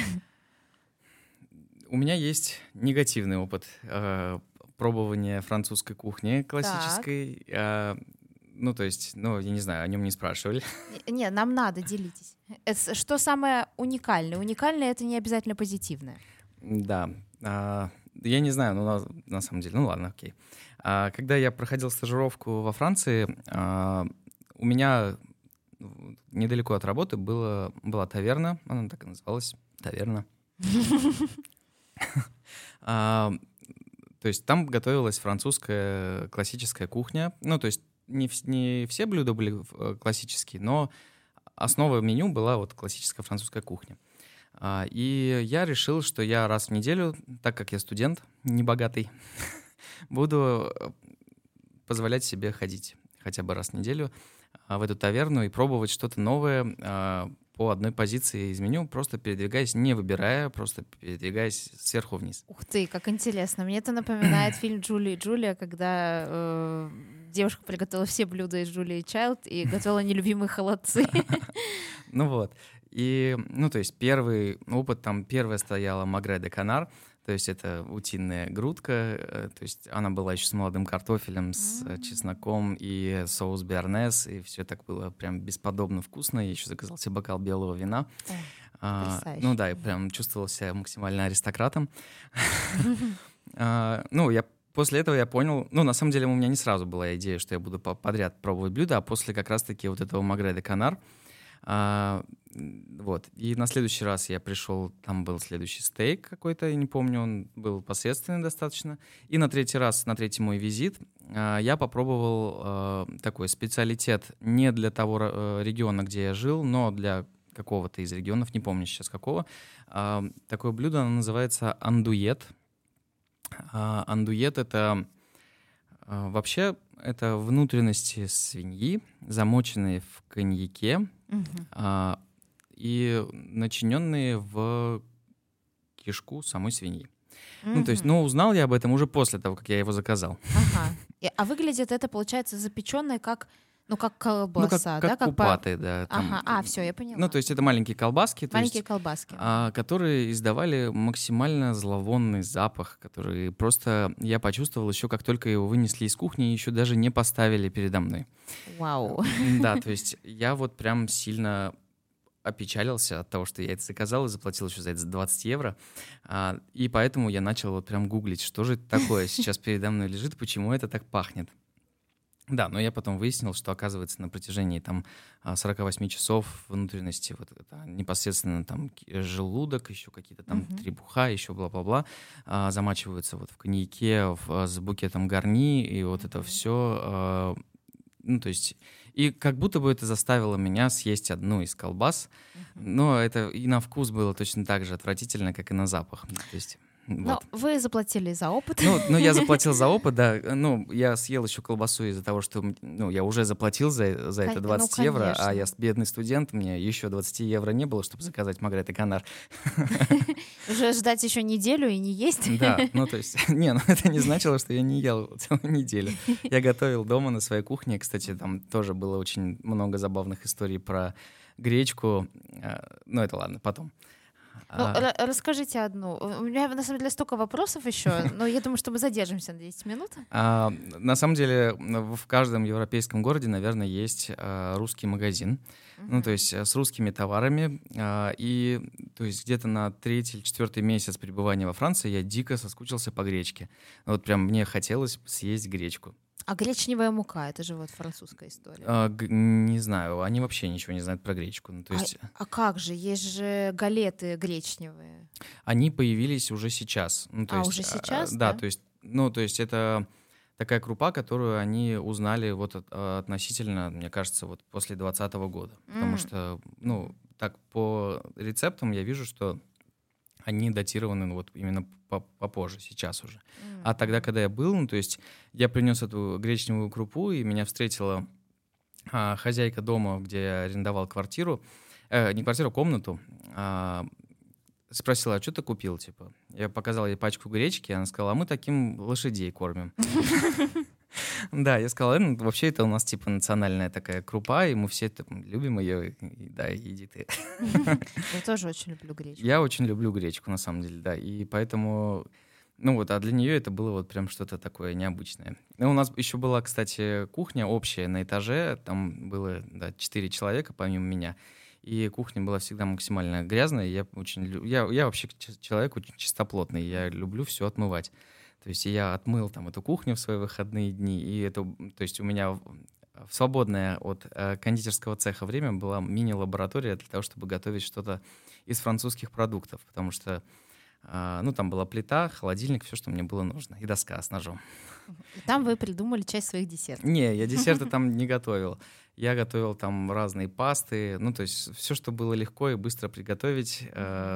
У меня есть негативный опыт пробования французской кухни классической. Я не знаю, о нем не спрашивали. Не, нам надо, делитесь. Что самое уникальное? Уникальное — это не обязательно позитивное. Да. Я не знаю, но на самом деле, ладно, окей. Когда я проходил стажировку во Франции, у меня недалеко от работы была таверна, она так и называлась, таверна. То есть там готовилась французская классическая кухня. То есть не все блюда были классические, но основа меню была вот классическая французская кухня. И я решил, что я раз в неделю, так как я студент небогатый, буду позволять себе ходить хотя бы раз в неделю в эту таверну и пробовать что-то новое по одной позиции из меню, просто передвигаясь, не выбирая, просто передвигаясь сверху вниз. Ух ты, как интересно. Мне это напоминает фильм «Джулия и Джулия», когда девушка приготовила все блюда из Джулии и Чайлд и готовила нелюбимые холодцы. И, то есть первый опыт, там первая стояла магре де канар, то есть это утиная грудка, то есть она была еще с молодым картофелем, с чесноком и соус биарнез, и все так было прям бесподобно вкусно. Я еще заказал себе бокал белого вина. И прям чувствовал себя максимально аристократом. После этого я понял, на самом деле у меня не сразу была идея, что я буду подряд пробовать блюда, а после как раз-таки вот этого магре де канар Вот. И на следующий раз я пришел, там был следующий стейк какой-то, я не помню, он был посредственный достаточно. И на третий мой визит я попробовал такой специалитет не для того региона, где я жил, но для какого-то из регионов, не помню сейчас какого. Такое блюдо, оно называется андует. Андует — это вообще это внутренности свиньи, замоченные в коньяке, и начиненные в кишку самой свиньи. Ну, то есть, узнал я об этом уже после того, как я его заказал. Ага. А выглядит это, получается, запеченное как колбаса, как да? купаты, да. Ага, все, я поняла. Ну, то есть это маленькие колбаски. Колбаски. Которые издавали максимально зловонный запах, который просто я почувствовал еще, как только его вынесли из кухни, еще даже не поставили передо мной. Вау. Да, то есть я вот прям сильно опечалился от того, что я это заказал и заплатил еще за это 20 евро. И поэтому я начал вот прям гуглить, что же это такое сейчас передо мной лежит, почему это так пахнет. Да, но я потом выяснил, что, оказывается, на протяжении там 48 часов внутренности, вот это непосредственно там желудок, еще какие-то там требуха, еще бла-бла-бла, замачиваются вот в коньяке с букетом гарни, и вот это все, ну, то есть, и как будто бы это заставило меня съесть одну из колбас, но это и на вкус было точно так же отвратительно, как и на запах. То есть... Но Вот. вы заплатили за опыт. Ну, я заплатил за опыт, да. Ну, я съел еще колбасу из-за того, что я уже заплатил за это 20 евро, а я бедный студент, мне еще 20 евро не было, чтобы заказать Магрет и Канар. Уже ждать еще неделю и не есть? Да, ну то есть, это не значило, что я не ел целую неделю. Я готовил дома на своей кухне. Кстати, там тоже было очень много забавных историй про гречку. Ну, это ладно, потом. Расскажите одну. У меня, на самом деле, столько вопросов еще, но я думаю, что мы задержимся на 10 минут. На самом деле, в каждом европейском городе, наверное, есть русский магазин, ну, то есть с русскими товарами. И, то есть, где-то на 3-й или 4-й месяц пребывания во Франции я дико соскучился по гречке. Вот прям мне хотелось съесть гречку. А гречневая мука — это же вот французская история. Не знаю, они вообще ничего не знают про гречку. Ну, то есть... как же? Есть же галеты гречневые. Они появились уже сейчас. Ну, то есть, уже сейчас? Да, то есть это такая крупа, которую они узнали вот относительно, мне кажется, вот после 2020 года. Потому что, так по рецептам я вижу, что они датированы вот именно попозже, сейчас уже. А тогда, когда я был, то есть я принес эту гречневую крупу, и меня встретила хозяйка дома, где я арендовал квартиру, не квартиру, а комнату, спросила, а что ты купил, типа? Я показал ей пачку гречки, она сказала, а мы таким лошадей кормим. Да, я сказал, вообще это у нас типа национальная такая крупа, и мы все любим ее, да, иди ты. Я тоже очень люблю гречку. Я очень люблю гречку, на самом деле, да, и поэтому, а для нее это было вот прям что-то такое необычное. У нас еще была, кстати, кухня общая на этаже, там было, 4 человека помимо меня, и кухня была всегда максимально грязная, я вообще человек очень чистоплотный, я люблю все отмывать. То есть я отмыл там эту кухню в свои выходные дни, и то есть у меня в свободное от кондитерского цеха время была мини-лаборатория для того, чтобы готовить что-то из французских продуктов, потому что там была плита, холодильник, все, что мне было нужно, и доска с ножом. И там вы придумали часть своих десертов. Не, я десерты там не готовил. Я готовил там разные пасты, то есть все, что было легко и быстро приготовить,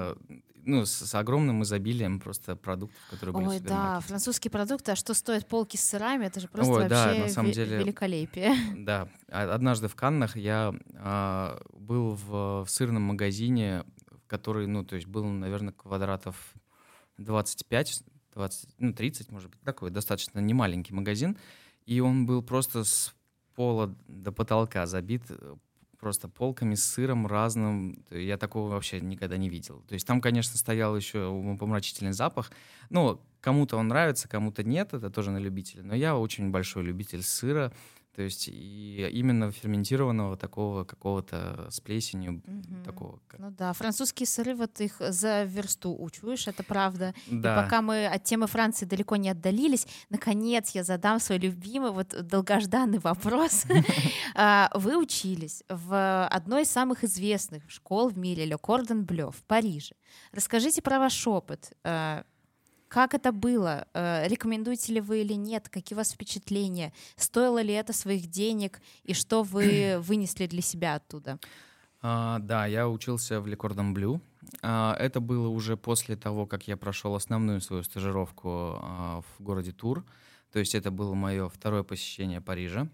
с огромным изобилием просто продуктов, которые были в супермаркете. Ой, да, французские продукты, а что стоят полки с сырами, это же просто вообще на самом деле, великолепие. Да, однажды в Каннах я был в сырном магазине, который, то есть был, наверное, квадратов 25, 30, может быть, такой достаточно немаленький магазин, и он был просто с пола до потолка забит просто полками с сыром разным. Я такого вообще никогда не видел. То есть там, конечно, стоял еще умопомрачительный запах. Кому-то он нравится, кому-то нет, это тоже на любителя. Но я очень большой любитель сыра, То есть и именно ферментированного такого какого-то с плесенью, такого. Ну да, французские сыры, вот их за версту учуешь, это правда. И Да. пока мы от темы Франции далеко не отдалились, наконец я задам свой любимый, вот долгожданный вопрос. Вы учились в одной из самых известных школ в мире, Le Cordon Bleu, в Париже. Расскажите про ваш опыт. Как это было? Рекомендуете ли вы или нет? Какие у вас впечатления? Стоило ли это своих денег? И что вы вынесли для себя оттуда? Да, я учился в Le Cordon Bleu. Это было уже после того, как я прошел основную свою стажировку в городе Тур. То есть это было мое второе посещение Парижа.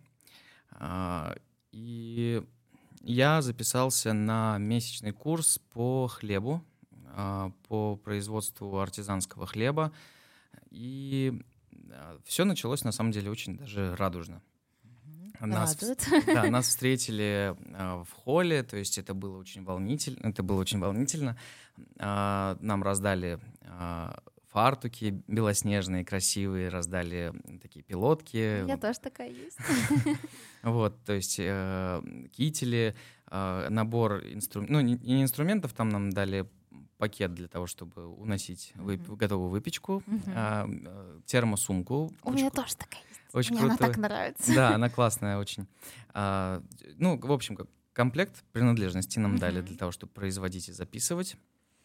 И я записался на месячный курс по хлебу, по производству артизанского хлеба. И все началось, на самом деле, очень даже радужно. Нас встретили в холле, то есть это было очень волнительно. Нам раздали фартуки белоснежные, красивые, раздали такие пилотки. Я тоже такая есть. Вот, то есть кители, набор инструментов, ну не инструментов, там нам дали пакет для того, чтобы уносить готовую выпечку, термосумку. У меня тоже такая есть. Очень Мне круто. она так нравится. Да, она классная очень. Ну, в общем, комплект принадлежностей нам дали для того, чтобы производить и записывать.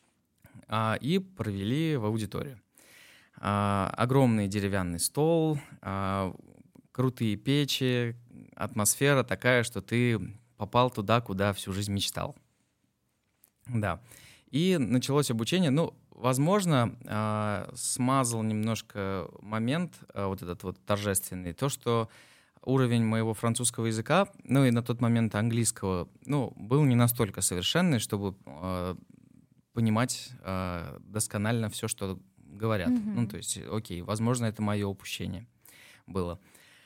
И провели в аудиторию. Огромный деревянный стол, крутые печи, атмосфера такая, что ты попал туда, куда всю жизнь мечтал. Да. И началось обучение. Ну, возможно, смазал немножко момент, вот этот вот торжественный, то, что уровень моего французского языка, ну и на тот момент английского, ну, был не настолько совершенный, чтобы понимать досконально все, что говорят. Ну, то есть, окей, возможно, это мое упущение было.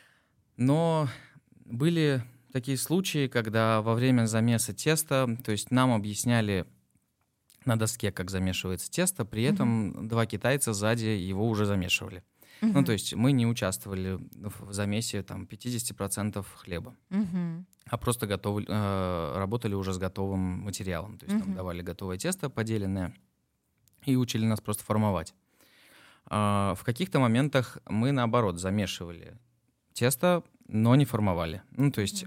Но были такие случаи, когда во время замеса теста, то есть нам объясняли на доске, как замешивается тесто, при этом два китайца сзади его уже замешивали. Ну, то есть мы не участвовали в замесе там 50% хлеба, а просто работали уже с готовым материалом. То есть нам давали готовое тесто поделенное и учили нас просто формовать. В каких-то моментах мы, наоборот, замешивали тесто, но не формовали. Ну, то есть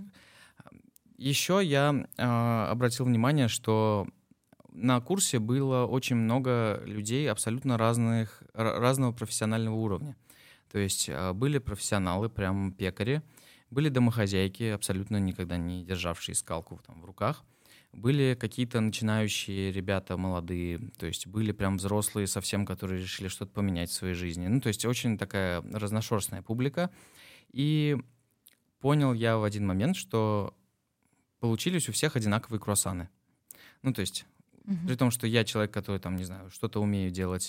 еще я обратил внимание, что на курсе было очень много людей абсолютно разного профессионального уровня. То есть были профессионалы, прям пекари, были домохозяйки, абсолютно никогда не державшие скалку там в руках, были какие-то начинающие ребята молодые, то есть были прям взрослые совсем, которые решили что-то поменять в своей жизни. Ну, то есть очень такая разношерстная публика. И понял я в один момент, что получились у всех одинаковые круассаны. Ну, то есть при том, что я человек, который, там, не знаю, что-то умею делать,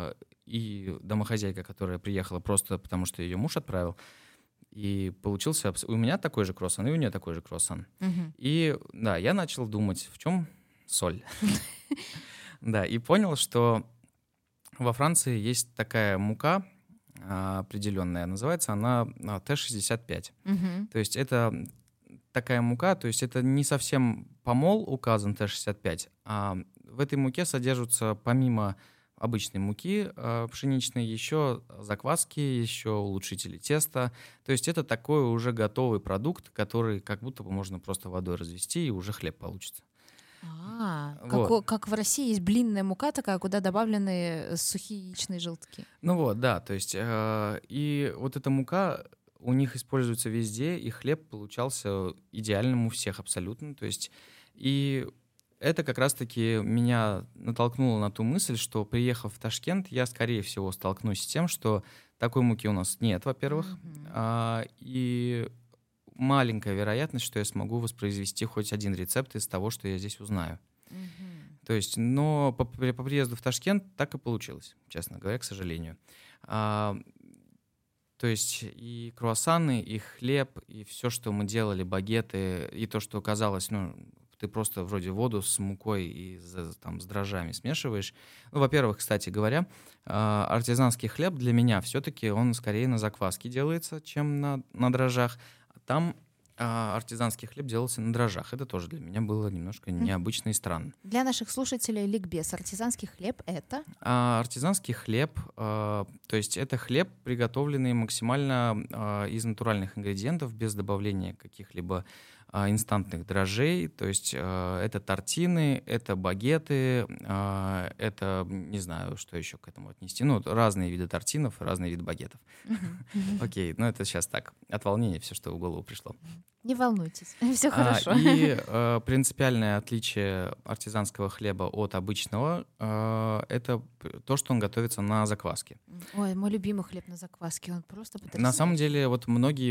и домохозяйка, которая приехала просто потому, что ее муж отправил, и получился у меня такой же круассан, и у нее такой же круассан. И да, я начал думать, в чем соль. Да, и понял, что во Франции есть такая мука определенная, называется она Т-65. То есть это такая мука, то есть это не совсем помол указан Т-65, а в этой муке содержатся помимо обычной муки пшеничной еще закваски, еще улучшители теста. То есть это такой уже готовый продукт, который как будто бы можно просто водой развести, и уже хлеб получится. Вот. Как в России есть блинная мука такая, куда добавлены сухие яичные желтки. Ну вот, да, то есть и вот эта мука у них используется везде, и хлеб получался идеальным у всех абсолютно. То есть и это как раз-таки меня натолкнуло на ту мысль, что, приехав в Ташкент, я, скорее всего, столкнусь с тем, что такой муки у нас нет, во-первых, и маленькая вероятность, что я смогу воспроизвести хоть один рецепт из того, что я здесь узнаю. То есть, но по приезду в Ташкент так и получилось, честно говоря, к сожалению. То есть и круассаны, и хлеб, и все, что мы делали, багеты, и то, что казалось, ну, ты просто вроде воду с мукой и там, с дрожжами смешиваешь. Ну, во-первых, кстати говоря, артизанский хлеб для меня все-таки он скорее на закваске делается, чем на дрожжах. там артизанский хлеб делался на дрожжах. Это тоже для меня было немножко необычно и странно. Для наших слушателей ликбез. Артизанский хлеб — это? Артизанский хлеб, то есть это хлеб, приготовленный максимально из натуральных ингредиентов, без добавления каких-либо инстантных дрожжей. То есть это тортины, это багеты, это, не знаю, что еще к этому отнести. Ну, разные виды тортинов, разные виды багетов. Окей, ну это сейчас так, от волнения все, что в голову пришло. Не волнуйтесь, все хорошо. И принципиальное отличие артизанского хлеба от обычного это то, что он готовится на закваске. Ой, мой любимый хлеб на закваске, он просто потрясающий. На самом деле, вот многие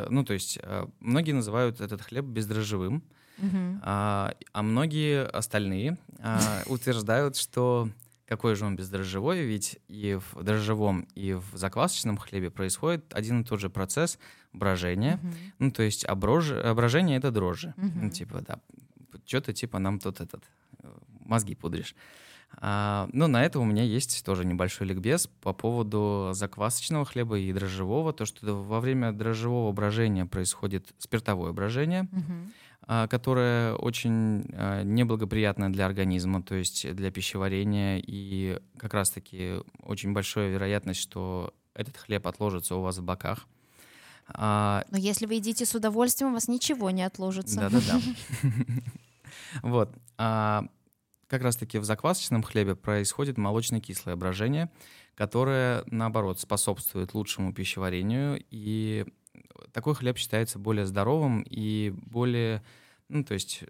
многие называют этот хлеб бездрожжевым, а многие остальные утверждают, что какой же он бездрожжевой, ведь и в дрожжевом, и в заквасочном хлебе происходит один и тот же процесс брожения. Ну, то есть брожение — это дрожжи. Ну, типа, да, что-то типа нам тут мозги пудришь. Ну, на это у меня есть тоже небольшой ликбез по поводу заквасочного хлеба и дрожжевого. То, что во время дрожжевого брожения происходит спиртовое брожение, которое очень неблагоприятно для организма, то есть для пищеварения. И как раз-таки очень большая вероятность, что этот хлеб отложится у вас в боках. Но если вы едите с удовольствием, у вас ничего не отложится. Да-да-да. Вот. Как раз-таки в заквасочном хлебе происходит молочно-кислое брожение, которое, наоборот, способствует лучшему пищеварению, и такой хлеб считается более здоровым и более, ну, то есть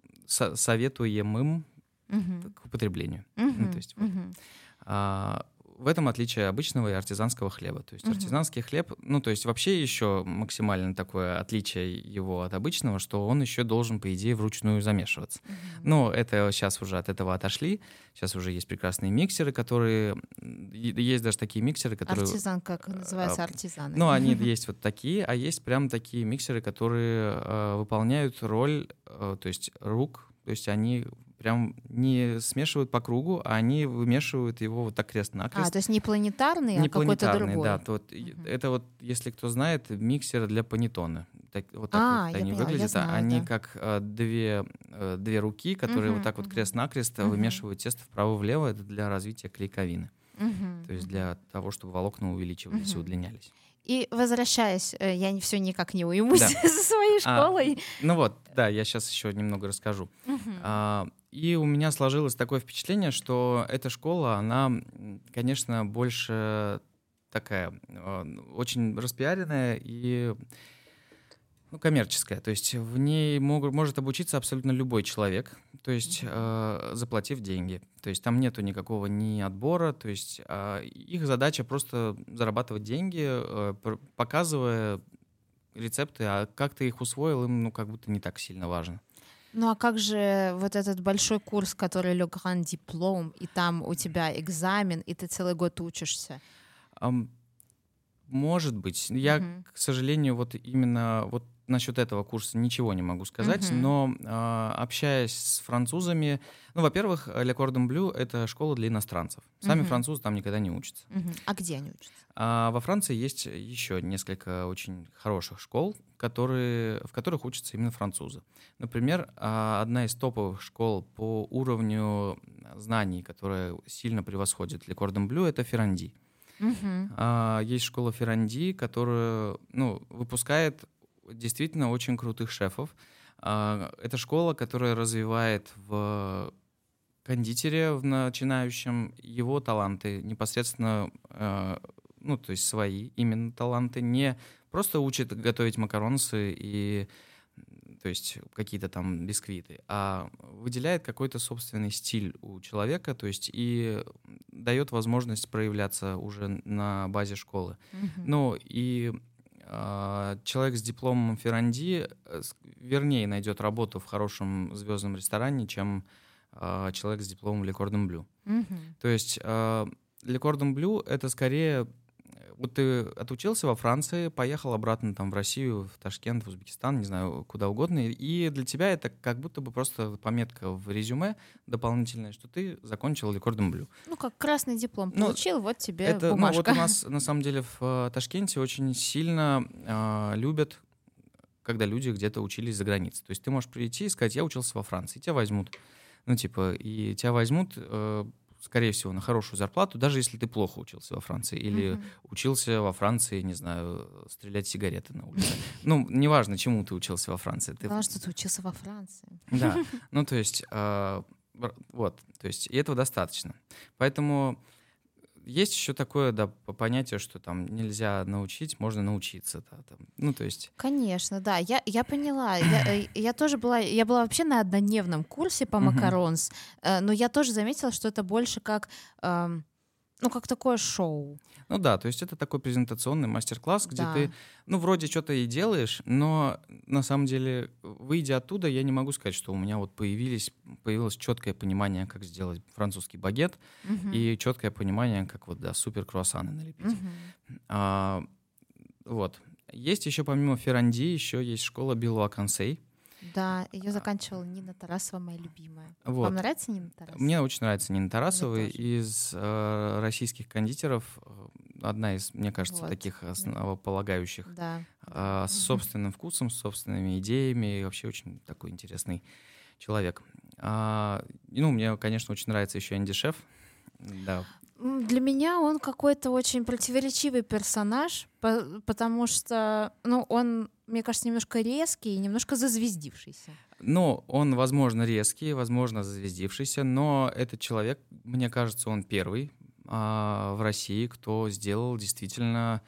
советуемым к употреблению. Ну, то есть, вот. В этом отличие обычного и артизанского хлеба. То есть артизанский хлеб, ну, то есть вообще еще максимально такое отличие его от обычного, что он еще должен, по идее, вручную замешиваться. Но это сейчас уже от этого отошли. Сейчас уже есть прекрасные миксеры, которые... Есть даже такие миксеры, которые... Артизан, как называется, артизаны. Ну, они есть вот такие, а есть прям такие миксеры, которые выполняют роль, то есть рук, то есть они прям не смешивают по кругу, а они вымешивают его вот так крест-накрест. То есть не планетарный, а какой-то другой. Да. Это вот, если кто знает, миксер для панеттоне. Вот так вот они выглядят. Они как две руки, которые вот так вот крест-накрест вымешивают тесто вправо-влево. Это для развития клейковины. То есть для того, чтобы волокна увеличивались и удлинялись. И возвращаясь, я все никак не уймусь со своей школой. Ну вот, да, я сейчас еще немного расскажу. И у меня сложилось такое впечатление, что эта школа, она, конечно, больше такая очень распиаренная и коммерческая. То есть в ней может обучиться абсолютно любой человек, то есть заплатив деньги. То есть там нету никакого ни отбора, то есть их задача просто зарабатывать деньги, показывая рецепты, а как ты их усвоил, им как будто не так сильно важно. Ну а как же вот этот большой курс, который Le Grand Diplôme, и там у тебя экзамен, и ты целый год учишься? Может быть. Я, к сожалению, вот именно вот насчет этого курса ничего не могу сказать, но общаясь с французами, ну, во-первых, Le Cordon Bleu — это школа для иностранцев. Сами французы там никогда не учатся. А где они учатся? Во Франции есть еще несколько очень хороших школ, в которых учатся именно французы. Например, одна из топовых школ по уровню знаний, которая сильно превосходит Le Cordon Bleu, это Ферранди. Есть школа Ферранди, которая выпускает действительно очень крутых шефов. Это школа, которая развивает в кондитере, в начинающем, его таланты непосредственно, то есть свои именно таланты, не просто учит готовить макаронсы и то есть какие-то там бисквиты, а выделяет какой-то собственный стиль у человека, то есть и дает возможность проявляться уже на базе школы. Ну и человек с дипломом Ферранди вернее найдет работу в хорошем звездном ресторане, чем человек с дипломом Le Cordon Bleu. То есть Le Cordon Bleu — это скорее... Вот ты отучился во Франции, поехал обратно там в Россию, в Ташкент, в Узбекистан, не знаю, куда угодно, и для тебя это как будто бы просто пометка в резюме дополнительная, что ты закончил Le Cordon Bleu. Ну, как красный диплом получил, вот тебе бумажка. Вот у нас, на самом деле, в Ташкенте очень сильно любят когда люди где-то учились за границей. То есть ты можешь прийти и сказать, я учился во Франции, и тебя возьмут. Ну, типа, и тебя возьмут, скорее всего, на хорошую зарплату, даже если ты плохо учился во Франции или учился во Франции, не знаю, стрелять сигареты на улице. Ну, неважно, чему ты учился во Франции. Главное, что ты учился во Франции. Да, ну, то есть, вот, то есть, и этого достаточно. Поэтому есть еще такое, да, понятие, что там нельзя научить, можно научиться, да, там, ну, то есть... Конечно, да, я поняла. Я тоже я была вообще на однодневном курсе по макаронс, но я тоже заметила, что это больше как, ну, как такое шоу. Ну да, то есть это такой презентационный мастер-класс, где Да. ты, ну, вроде что-то и делаешь, но на самом деле, выйдя оттуда, я не могу сказать, что у меня вот появилось четкое понимание, как сделать французский багет и четкое понимание, как вот, да, супер круассаны налепить. Вот. Есть еще помимо Ферранди, еще есть школа Белуа Консей. Да, ее заканчивала Нина Тарасова, моя любимая. Вот. Вам нравится Нина Тарасова? Мне очень нравится Нина Тарасова. Мне тоже. Из российских кондитеров одна из, мне кажется, Вот. таких основополагающих. Да. С собственным вкусом, с собственными идеями. И вообще очень такой интересный человек. Ну, мне, конечно, очень нравится еще Энди Шеф. Да. Для меня он какой-то очень противоречивый персонаж, потому что, ну, он, мне кажется, немножко резкий и немножко зазвездившийся. Ну, он, возможно, резкий, возможно, зазвездившийся, но этот человек, мне кажется, он первый в России, кто сделал действительно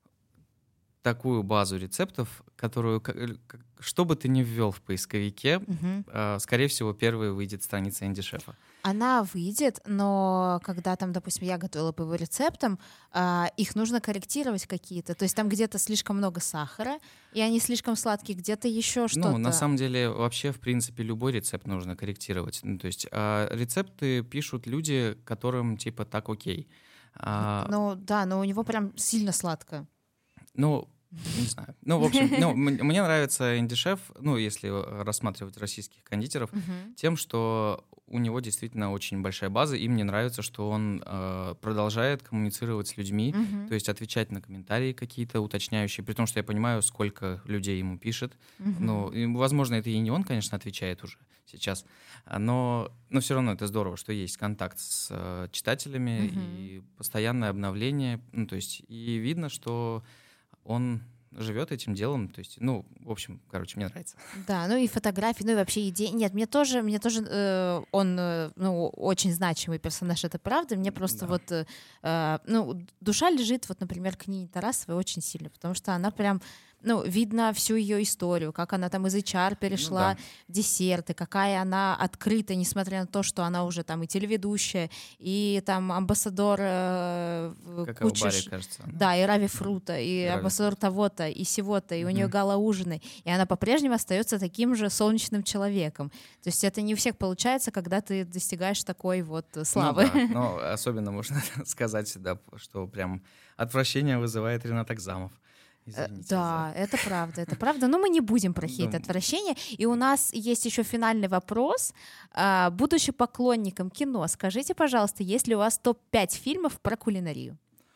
такую базу рецептов, которую, что бы ты ни ввел в поисковике, скорее всего, первой выйдет страница Энди Шефа. Она выйдет, но когда там, допустим, я готовила по его рецептам, их нужно корректировать какие-то. То есть там где-то слишком много сахара, и они слишком сладкие, где-то еще что-то. Ну, на самом деле, вообще, в принципе, любой рецепт нужно корректировать. Ну, то есть рецепты пишут люди, которым, типа, так окей. Ну, да, но у него прям сильно сладко. Ну, не знаю. Ну, в общем, ну, мне нравится Энди Шеф, ну, если рассматривать российских кондитеров, тем, что у него действительно очень большая база, и мне нравится, что он продолжает коммуницировать с людьми, то есть отвечать на комментарии какие-то уточняющие, при том, что я понимаю, сколько людей ему пишет. Ну, и, возможно, это и не он, конечно, отвечает уже сейчас, но все равно это здорово, что есть контакт с читателями и постоянное обновление, ну, то есть и видно, что он живет этим делом, то есть, ну, в общем, короче, мне нравится. Да, ну и фотографии, ну и вообще идеи. Нет, мне тоже он, ну, очень значимый персонаж, это правда. Мне просто вот, ну, душа лежит, вот, например, к Нине Тарасовой очень сильно, потому что она прям, ну, видно всю ее историю, как она там из HR перешла в десерты, какая она открытая, несмотря на то, что она уже там и телеведущая, и там амбассадор Какао-баре, кажется. Да, и Рави Фрута, и амбассадор того-то, и сего-то, и у нее гала-ужины, и она по-прежнему остается таким же солнечным человеком. То есть это не у всех получается, когда ты достигаешь такой вот славы. Ну, да. Но особенно можно сказать, да, что прям отвращение вызывает Ренат Агзамов. Извините да, это правда. Но мы не будем про хейт отвращения. И у нас есть еще финальный вопрос. Будучи поклонником кино, скажите, пожалуйста, есть ли у вас топ-5 фильмов про кулинарию?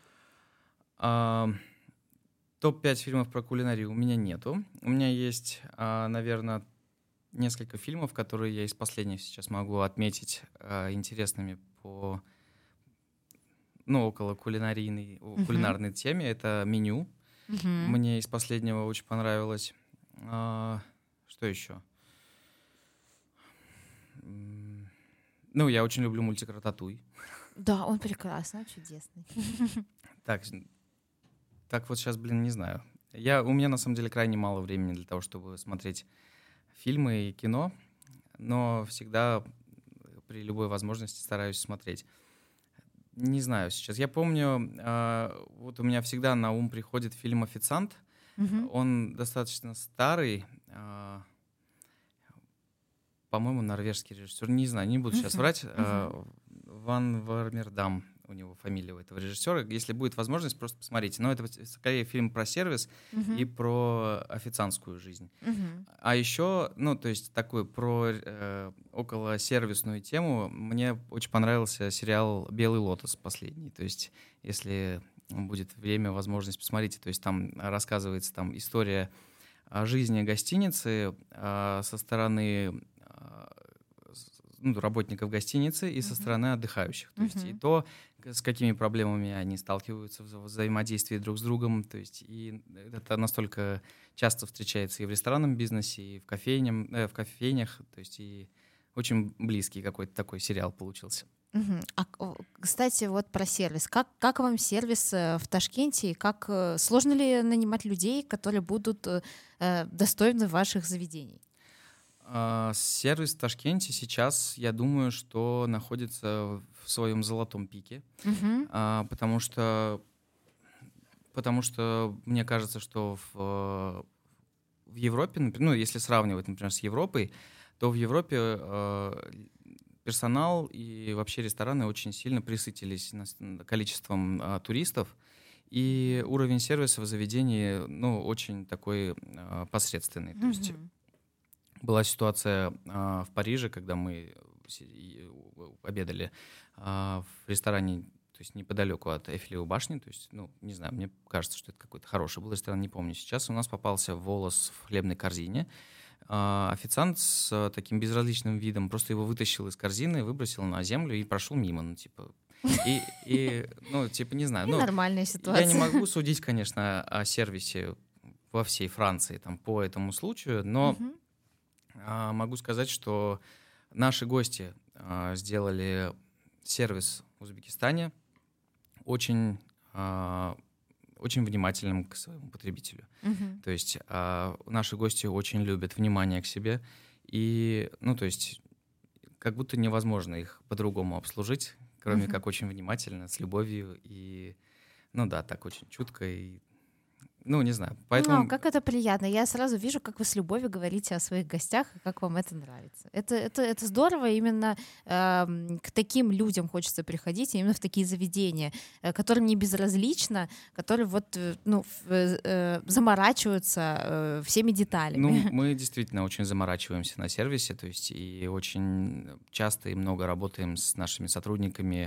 Топ-5 фильмов про кулинарию у меня нету. У меня есть, наверное, несколько фильмов, которые я из последних сейчас могу отметить интересными по, ну, около кулинарной теме. Это «Меню». Мне из последнего очень понравилось. Что еще? Ну, я очень люблю мультик «Рататуй». Да, он прекрасный, чудесный. Так вот сейчас, не знаю. У меня, на самом деле, крайне мало времени для того, чтобы смотреть фильмы и кино, но всегда при любой возможности стараюсь смотреть. Не знаю сейчас. Я помню, вот у меня всегда на ум приходит фильм «Официант». Он достаточно старый. По-моему, норвежский режиссер. Не знаю, не буду сейчас врать. Ван Вармердам у него фамилия у этого режиссера. Если будет возможность, просто посмотрите. Но это скорее фильм про сервис и про официантскую жизнь. А еще, ну, то есть такой про околосервисную тему. Мне очень понравился сериал «Белый лотос» последний. То есть если будет время, возможность, посмотрите. То есть там рассказывается там история жизни гостиницы со стороны работников гостиницы и со стороны отдыхающих. То есть и то, с какими проблемами они сталкиваются в взаимодействии друг с другом. То есть и это настолько часто встречается и в ресторанном бизнесе, и в кофейнях. То есть и очень близкий какой-то такой сериал получился. Кстати, вот про сервис. Как вам сервис в Ташкенте? И сложно ли нанимать людей, которые будут достойны ваших заведений? Сервис в Ташкенте сейчас, я думаю, что находится в своем золотом пике, потому что мне кажется, что в Европе, если сравнивать, например, с Европой, то в Европе персонал и вообще рестораны очень сильно присытились количеством туристов, и уровень сервиса в заведении, очень такой посредственный. То есть была ситуация в Париже, когда мы обедали в ресторане, то есть неподалеку от Эйфелевой башни. То есть, не знаю, мне кажется, что это какой-то хороший был ресторан, не помню сейчас. У нас попался волос в хлебной корзине. Официант с таким безразличным видом просто его вытащил из корзины, выбросил на землю и прошел мимо. Не знаю. Нормальная ситуация. Я не могу судить, конечно, о сервисе во всей Франции по этому случаю, но могу сказать, что наши гости сделали сервис в Узбекистане очень внимательным к своему потребителю. То есть наши гости очень любят внимание к себе, и, то есть, как будто невозможно их по-другому обслужить, кроме как очень внимательно, с любовью и, так очень чутко и не знаю. Поэтому... как это приятно. Я сразу вижу, как вы с любовью говорите о своих гостях, и как вам это нравится. Это здорово. Именно к таким людям хочется приходить, именно в такие заведения, которым не безразлично, которые заморачиваются всеми деталями. Мы действительно очень заморачиваемся на сервисе, то есть и очень часто и много работаем с нашими сотрудниками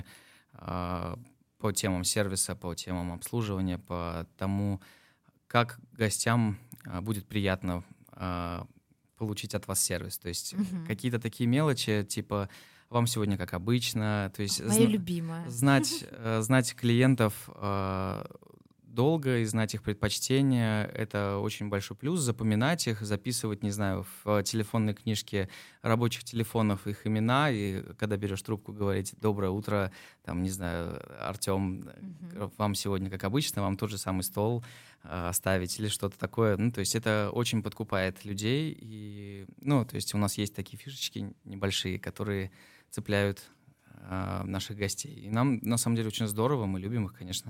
по темам сервиса, по темам обслуживания, по тому, как гостям будет приятно получить от вас сервис. То есть какие-то такие мелочи, типа «вам сегодня как обычно». То есть моя любимая. Знать клиентов долго и знать их предпочтения — это очень большой плюс. Запоминать их, записывать, не знаю, в телефонной книжке рабочих телефонов их имена, и когда берешь трубку, говорить «доброе утро», не знаю, Артём, вам сегодня как обычно, вам тот же самый стол оставить или что-то такое. То есть это очень подкупает людей, и, то есть у нас есть такие фишечки небольшие, которые цепляют наших гостей. И нам, на самом деле, очень здорово, мы любим их, конечно.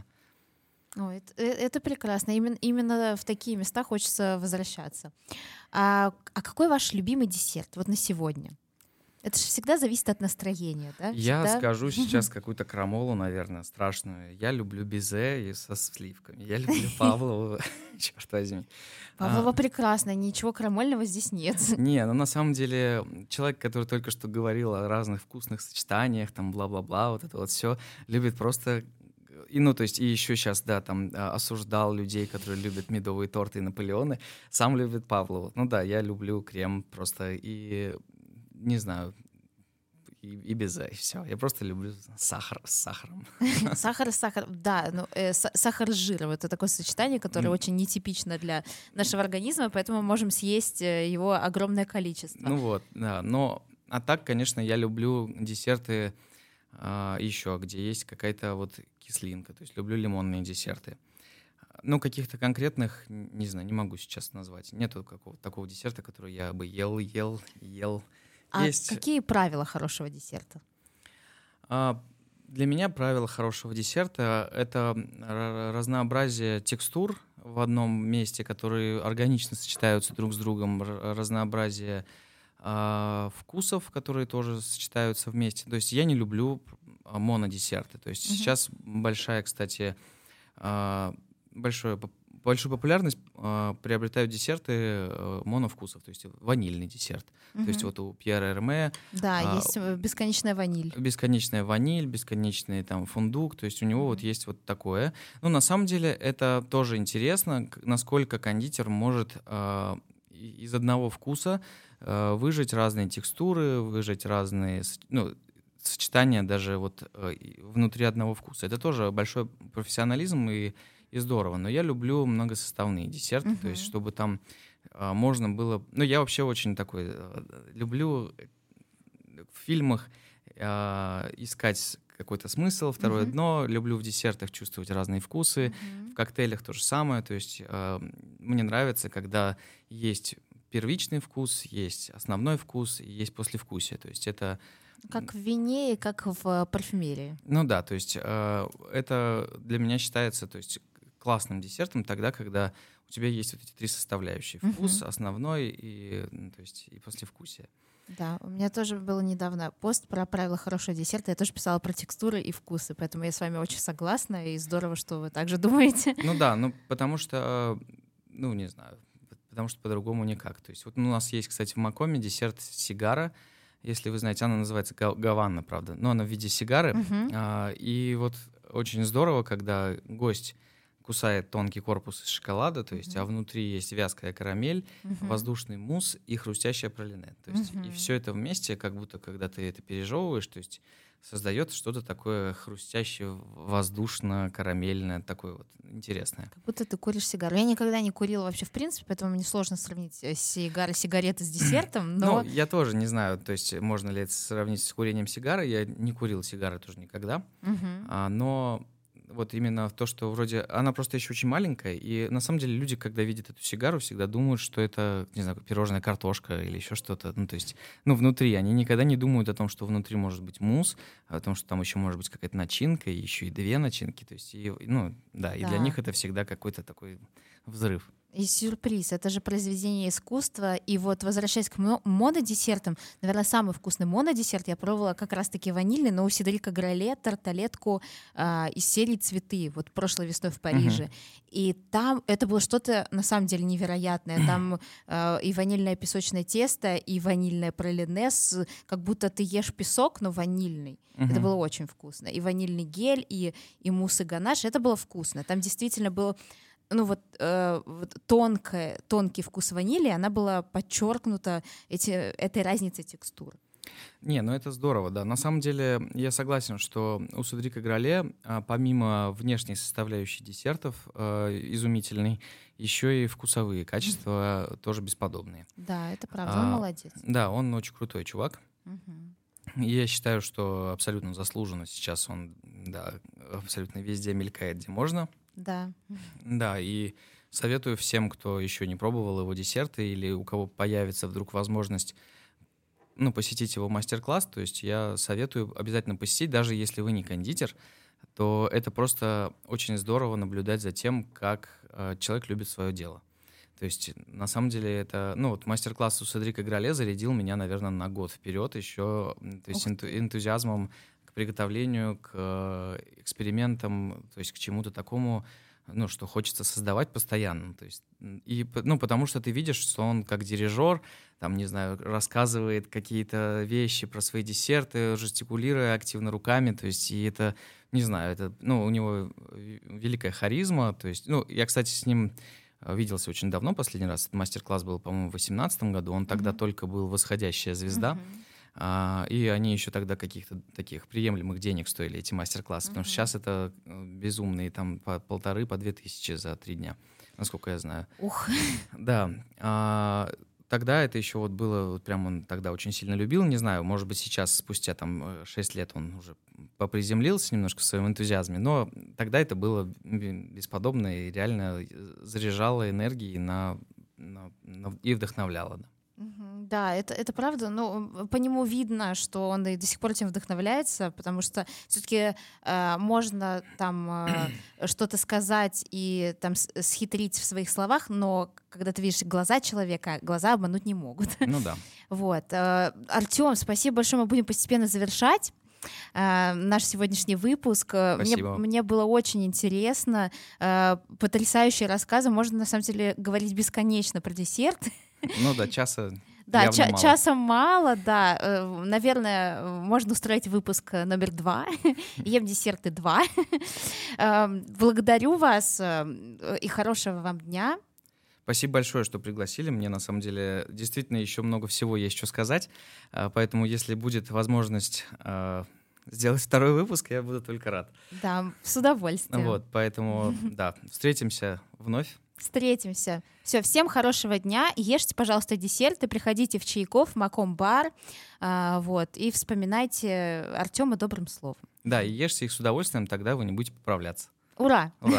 Это прекрасно. Именно в такие места хочется возвращаться. А какой ваш любимый десерт вот на сегодня? Это же всегда зависит от настроения, да? Я скажу сейчас какую-то крамолу, наверное, страшную. Я люблю безе со сливками. Я люблю Павлову, черт возьми. Павлова прекрасно, ничего крамольного здесь нет. Не, на самом деле человек, который только что говорил о разных вкусных сочетаниях, бла-бла-бла, вот это вот все, любит просто... то есть, и еще сейчас, осуждал людей, которые любят медовые торты и Наполеоны, сам любит Павлову. Я люблю крем просто и, не знаю, и безе, и все. Я просто люблю сахар с сахаром. Сахар с сахаром, да. Сахар с жиром — это такое сочетание, которое очень нетипично для нашего организма, поэтому мы можем съесть его огромное количество. А так, конечно, я люблю десерты еще, где есть какая-то кислинка. То есть люблю лимонные десерты. Каких-то конкретных, не знаю, не могу сейчас назвать. Нету какого-то такого десерта, который я бы ел. Есть... какие правила хорошего десерта? Для меня правило хорошего десерта — это разнообразие текстур в одном месте, которые органично сочетаются друг с другом, разнообразие вкусов, которые тоже сочетаются вместе. То есть я не люблю монодесерты. То есть сейчас большая, кстати, большую популярность приобретаю десерты моновкусов, то есть ванильный десерт. То есть вот у Пьера Эрме Да, есть бесконечная ваниль. Бесконечная ваниль, бесконечный там фундук, то есть у него вот есть вот такое. Ну, на самом деле это тоже интересно, насколько кондитер может из одного вкуса выжать разные текстуры, выжать разные, ну, сочетания даже вот внутри одного вкуса. Это тоже большой профессионализм и здорово. Но я люблю многосоставные десерты, то есть чтобы там можно было... Ну, я вообще очень такой... люблю в фильмах искать какой-то смысл, второе дно. Люблю в десертах чувствовать разные вкусы. В коктейлях то же самое. То есть мне нравится, когда есть первичный вкус, есть основной вкус и есть послевкусие. То есть это... Как в вине и как в парфюмерии. Ну да, то есть это для меня считается, то есть, классным десертом тогда, когда у тебя есть вот эти три составляющие: вкус, основной и, ну, то есть, и послевкусие. Да, у меня тоже был недавно пост про правила хорошего десерта. Я тоже писала про текстуры и вкусы, поэтому я с вами очень согласна, и здорово, что вы также думаете. Ну да, ну потому что, ну не знаю, потому что по-другому никак. То есть вот у нас есть, кстати, в Макоме десерт сигара, если вы знаете, она называется гаванна, правда, но она в виде сигары. И вот очень здорово, когда гость кусает тонкий корпус из шоколада, то есть, а внутри есть вязкая карамель, воздушный мусс и хрустящее пралине. То есть, и все это вместе, как будто, когда ты это пережевываешь, то есть создает что-то такое хрустящее, воздушно-карамельное, такое вот интересное. Как будто ты куришь сигару. Я никогда не курила вообще в принципе, поэтому мне сложно сравнить сигареты с десертом. Но... Ну, я тоже не знаю, то есть можно ли это сравнить с курением сигары. Я не курил сигары тоже никогда, но вот именно то, что вроде она просто еще очень маленькая, и на самом деле люди, когда видят эту сигару, всегда думают, что это, не знаю, пирожная картошка или еще что-то. Ну, то есть, ну, внутри. Они никогда не думают о том, что внутри может быть мусс, о том, что там еще может быть какая-то начинка, и еще и две начинки. То есть, и, ну, да, и для них это всегда какой-то такой взрыв. И сюрприз, это же произведение искусства. И вот, возвращаясь к монодесертам, наверное, самый вкусный монодесерт я пробовала как раз-таки ванильный, но у Седрика Гроле тарталетку из серии «Цветы», вот прошлой весной в Париже. И там это было что-то на самом деле невероятное. Там и ванильное песочное тесто, и ванильное пралине, как будто ты ешь песок, но ванильный. Это было очень вкусно. И ванильный гель, и мусс и ганаш, это было вкусно. Там действительно было... Ну вот тонкий вкус ванили, она была подчеркнута этой разницей текстур. Не, ну это здорово, да. На самом деле я согласен, что у Седрика Гроле, помимо внешней составляющей десертов изумительной, еще и вкусовые качества тоже бесподобные. Да, это правда, он молодец. Да, он очень крутой чувак. Я считаю, что абсолютно заслуженно сейчас он, да, абсолютно везде мелькает, где можно. Да. Да, и советую всем, кто еще не пробовал его десерты или у кого появится вдруг возможность, ну, посетить его мастер-класс, то есть я советую обязательно посетить, даже если вы не кондитер, то это просто очень здорово наблюдать за тем, как человек любит свое дело. То есть на самом деле это, ну, вот мастер-класс у Седрика Гроле зарядил меня, наверное, на год вперед еще, то есть энтузиазмом к приготовлению, к экспериментам, то есть к чему-то такому, ну, что хочется создавать постоянно. То есть, и, ну, потому что ты видишь, что он как дирижер, там, не знаю, рассказывает какие-то вещи про свои десерты, жестикулируя активно руками, то есть, и это, не знаю, это, ну, у него великая харизма, то есть, ну, я, кстати, с ним виделся очень давно, последний раз, этот мастер-класс был, по-моему, в 2018 году, он тогда только был «Восходящая звезда», и они еще тогда каких-то таких приемлемых денег стоили, эти мастер-классы, потому что сейчас это безумные, там, по 1500-2000 за 3 дня, насколько я знаю. Ух. Да, тогда это еще вот было, вот прям он тогда очень сильно любил, не знаю, может быть, сейчас, спустя там 6 лет он уже поприземлился немножко в своем энтузиазме, но тогда это было бесподобно и реально заряжало энергией и вдохновляло. Да. Да, это правда. Ну, по нему видно, что он и до сих пор этим вдохновляется, потому что все-таки можно там что-то сказать и там схитрить в своих словах, но когда ты видишь глаза человека, глаза обмануть не могут. Ну да. Вот. Артём, спасибо большое, мы будем постепенно завершать. наш сегодняшний выпуск. Спасибо. Мне было очень интересно. Потрясающие рассказы. Можно, на самом деле, говорить бесконечно про десерт. Ну да, часа Да, явно мало. часа мало, да. Наверное, можно устроить выпуск номер 2. Ем десерты 2. Благодарю вас и хорошего вам дня. Спасибо большое, что пригласили. Мне, на самом деле, действительно еще много всего есть что сказать. Поэтому, если будет возможность сделать второй выпуск, я буду только рад. Да, с удовольствием. Вот, поэтому, да, встретимся вновь. Встретимся. Все, всем хорошего дня. Ешьте, пожалуйста, десерты, приходите в Чайков, Маком-бар, вот, и вспоминайте Артема добрым словом. Да, и ешьте их с удовольствием, тогда вы не будете поправляться. Ура! Ура!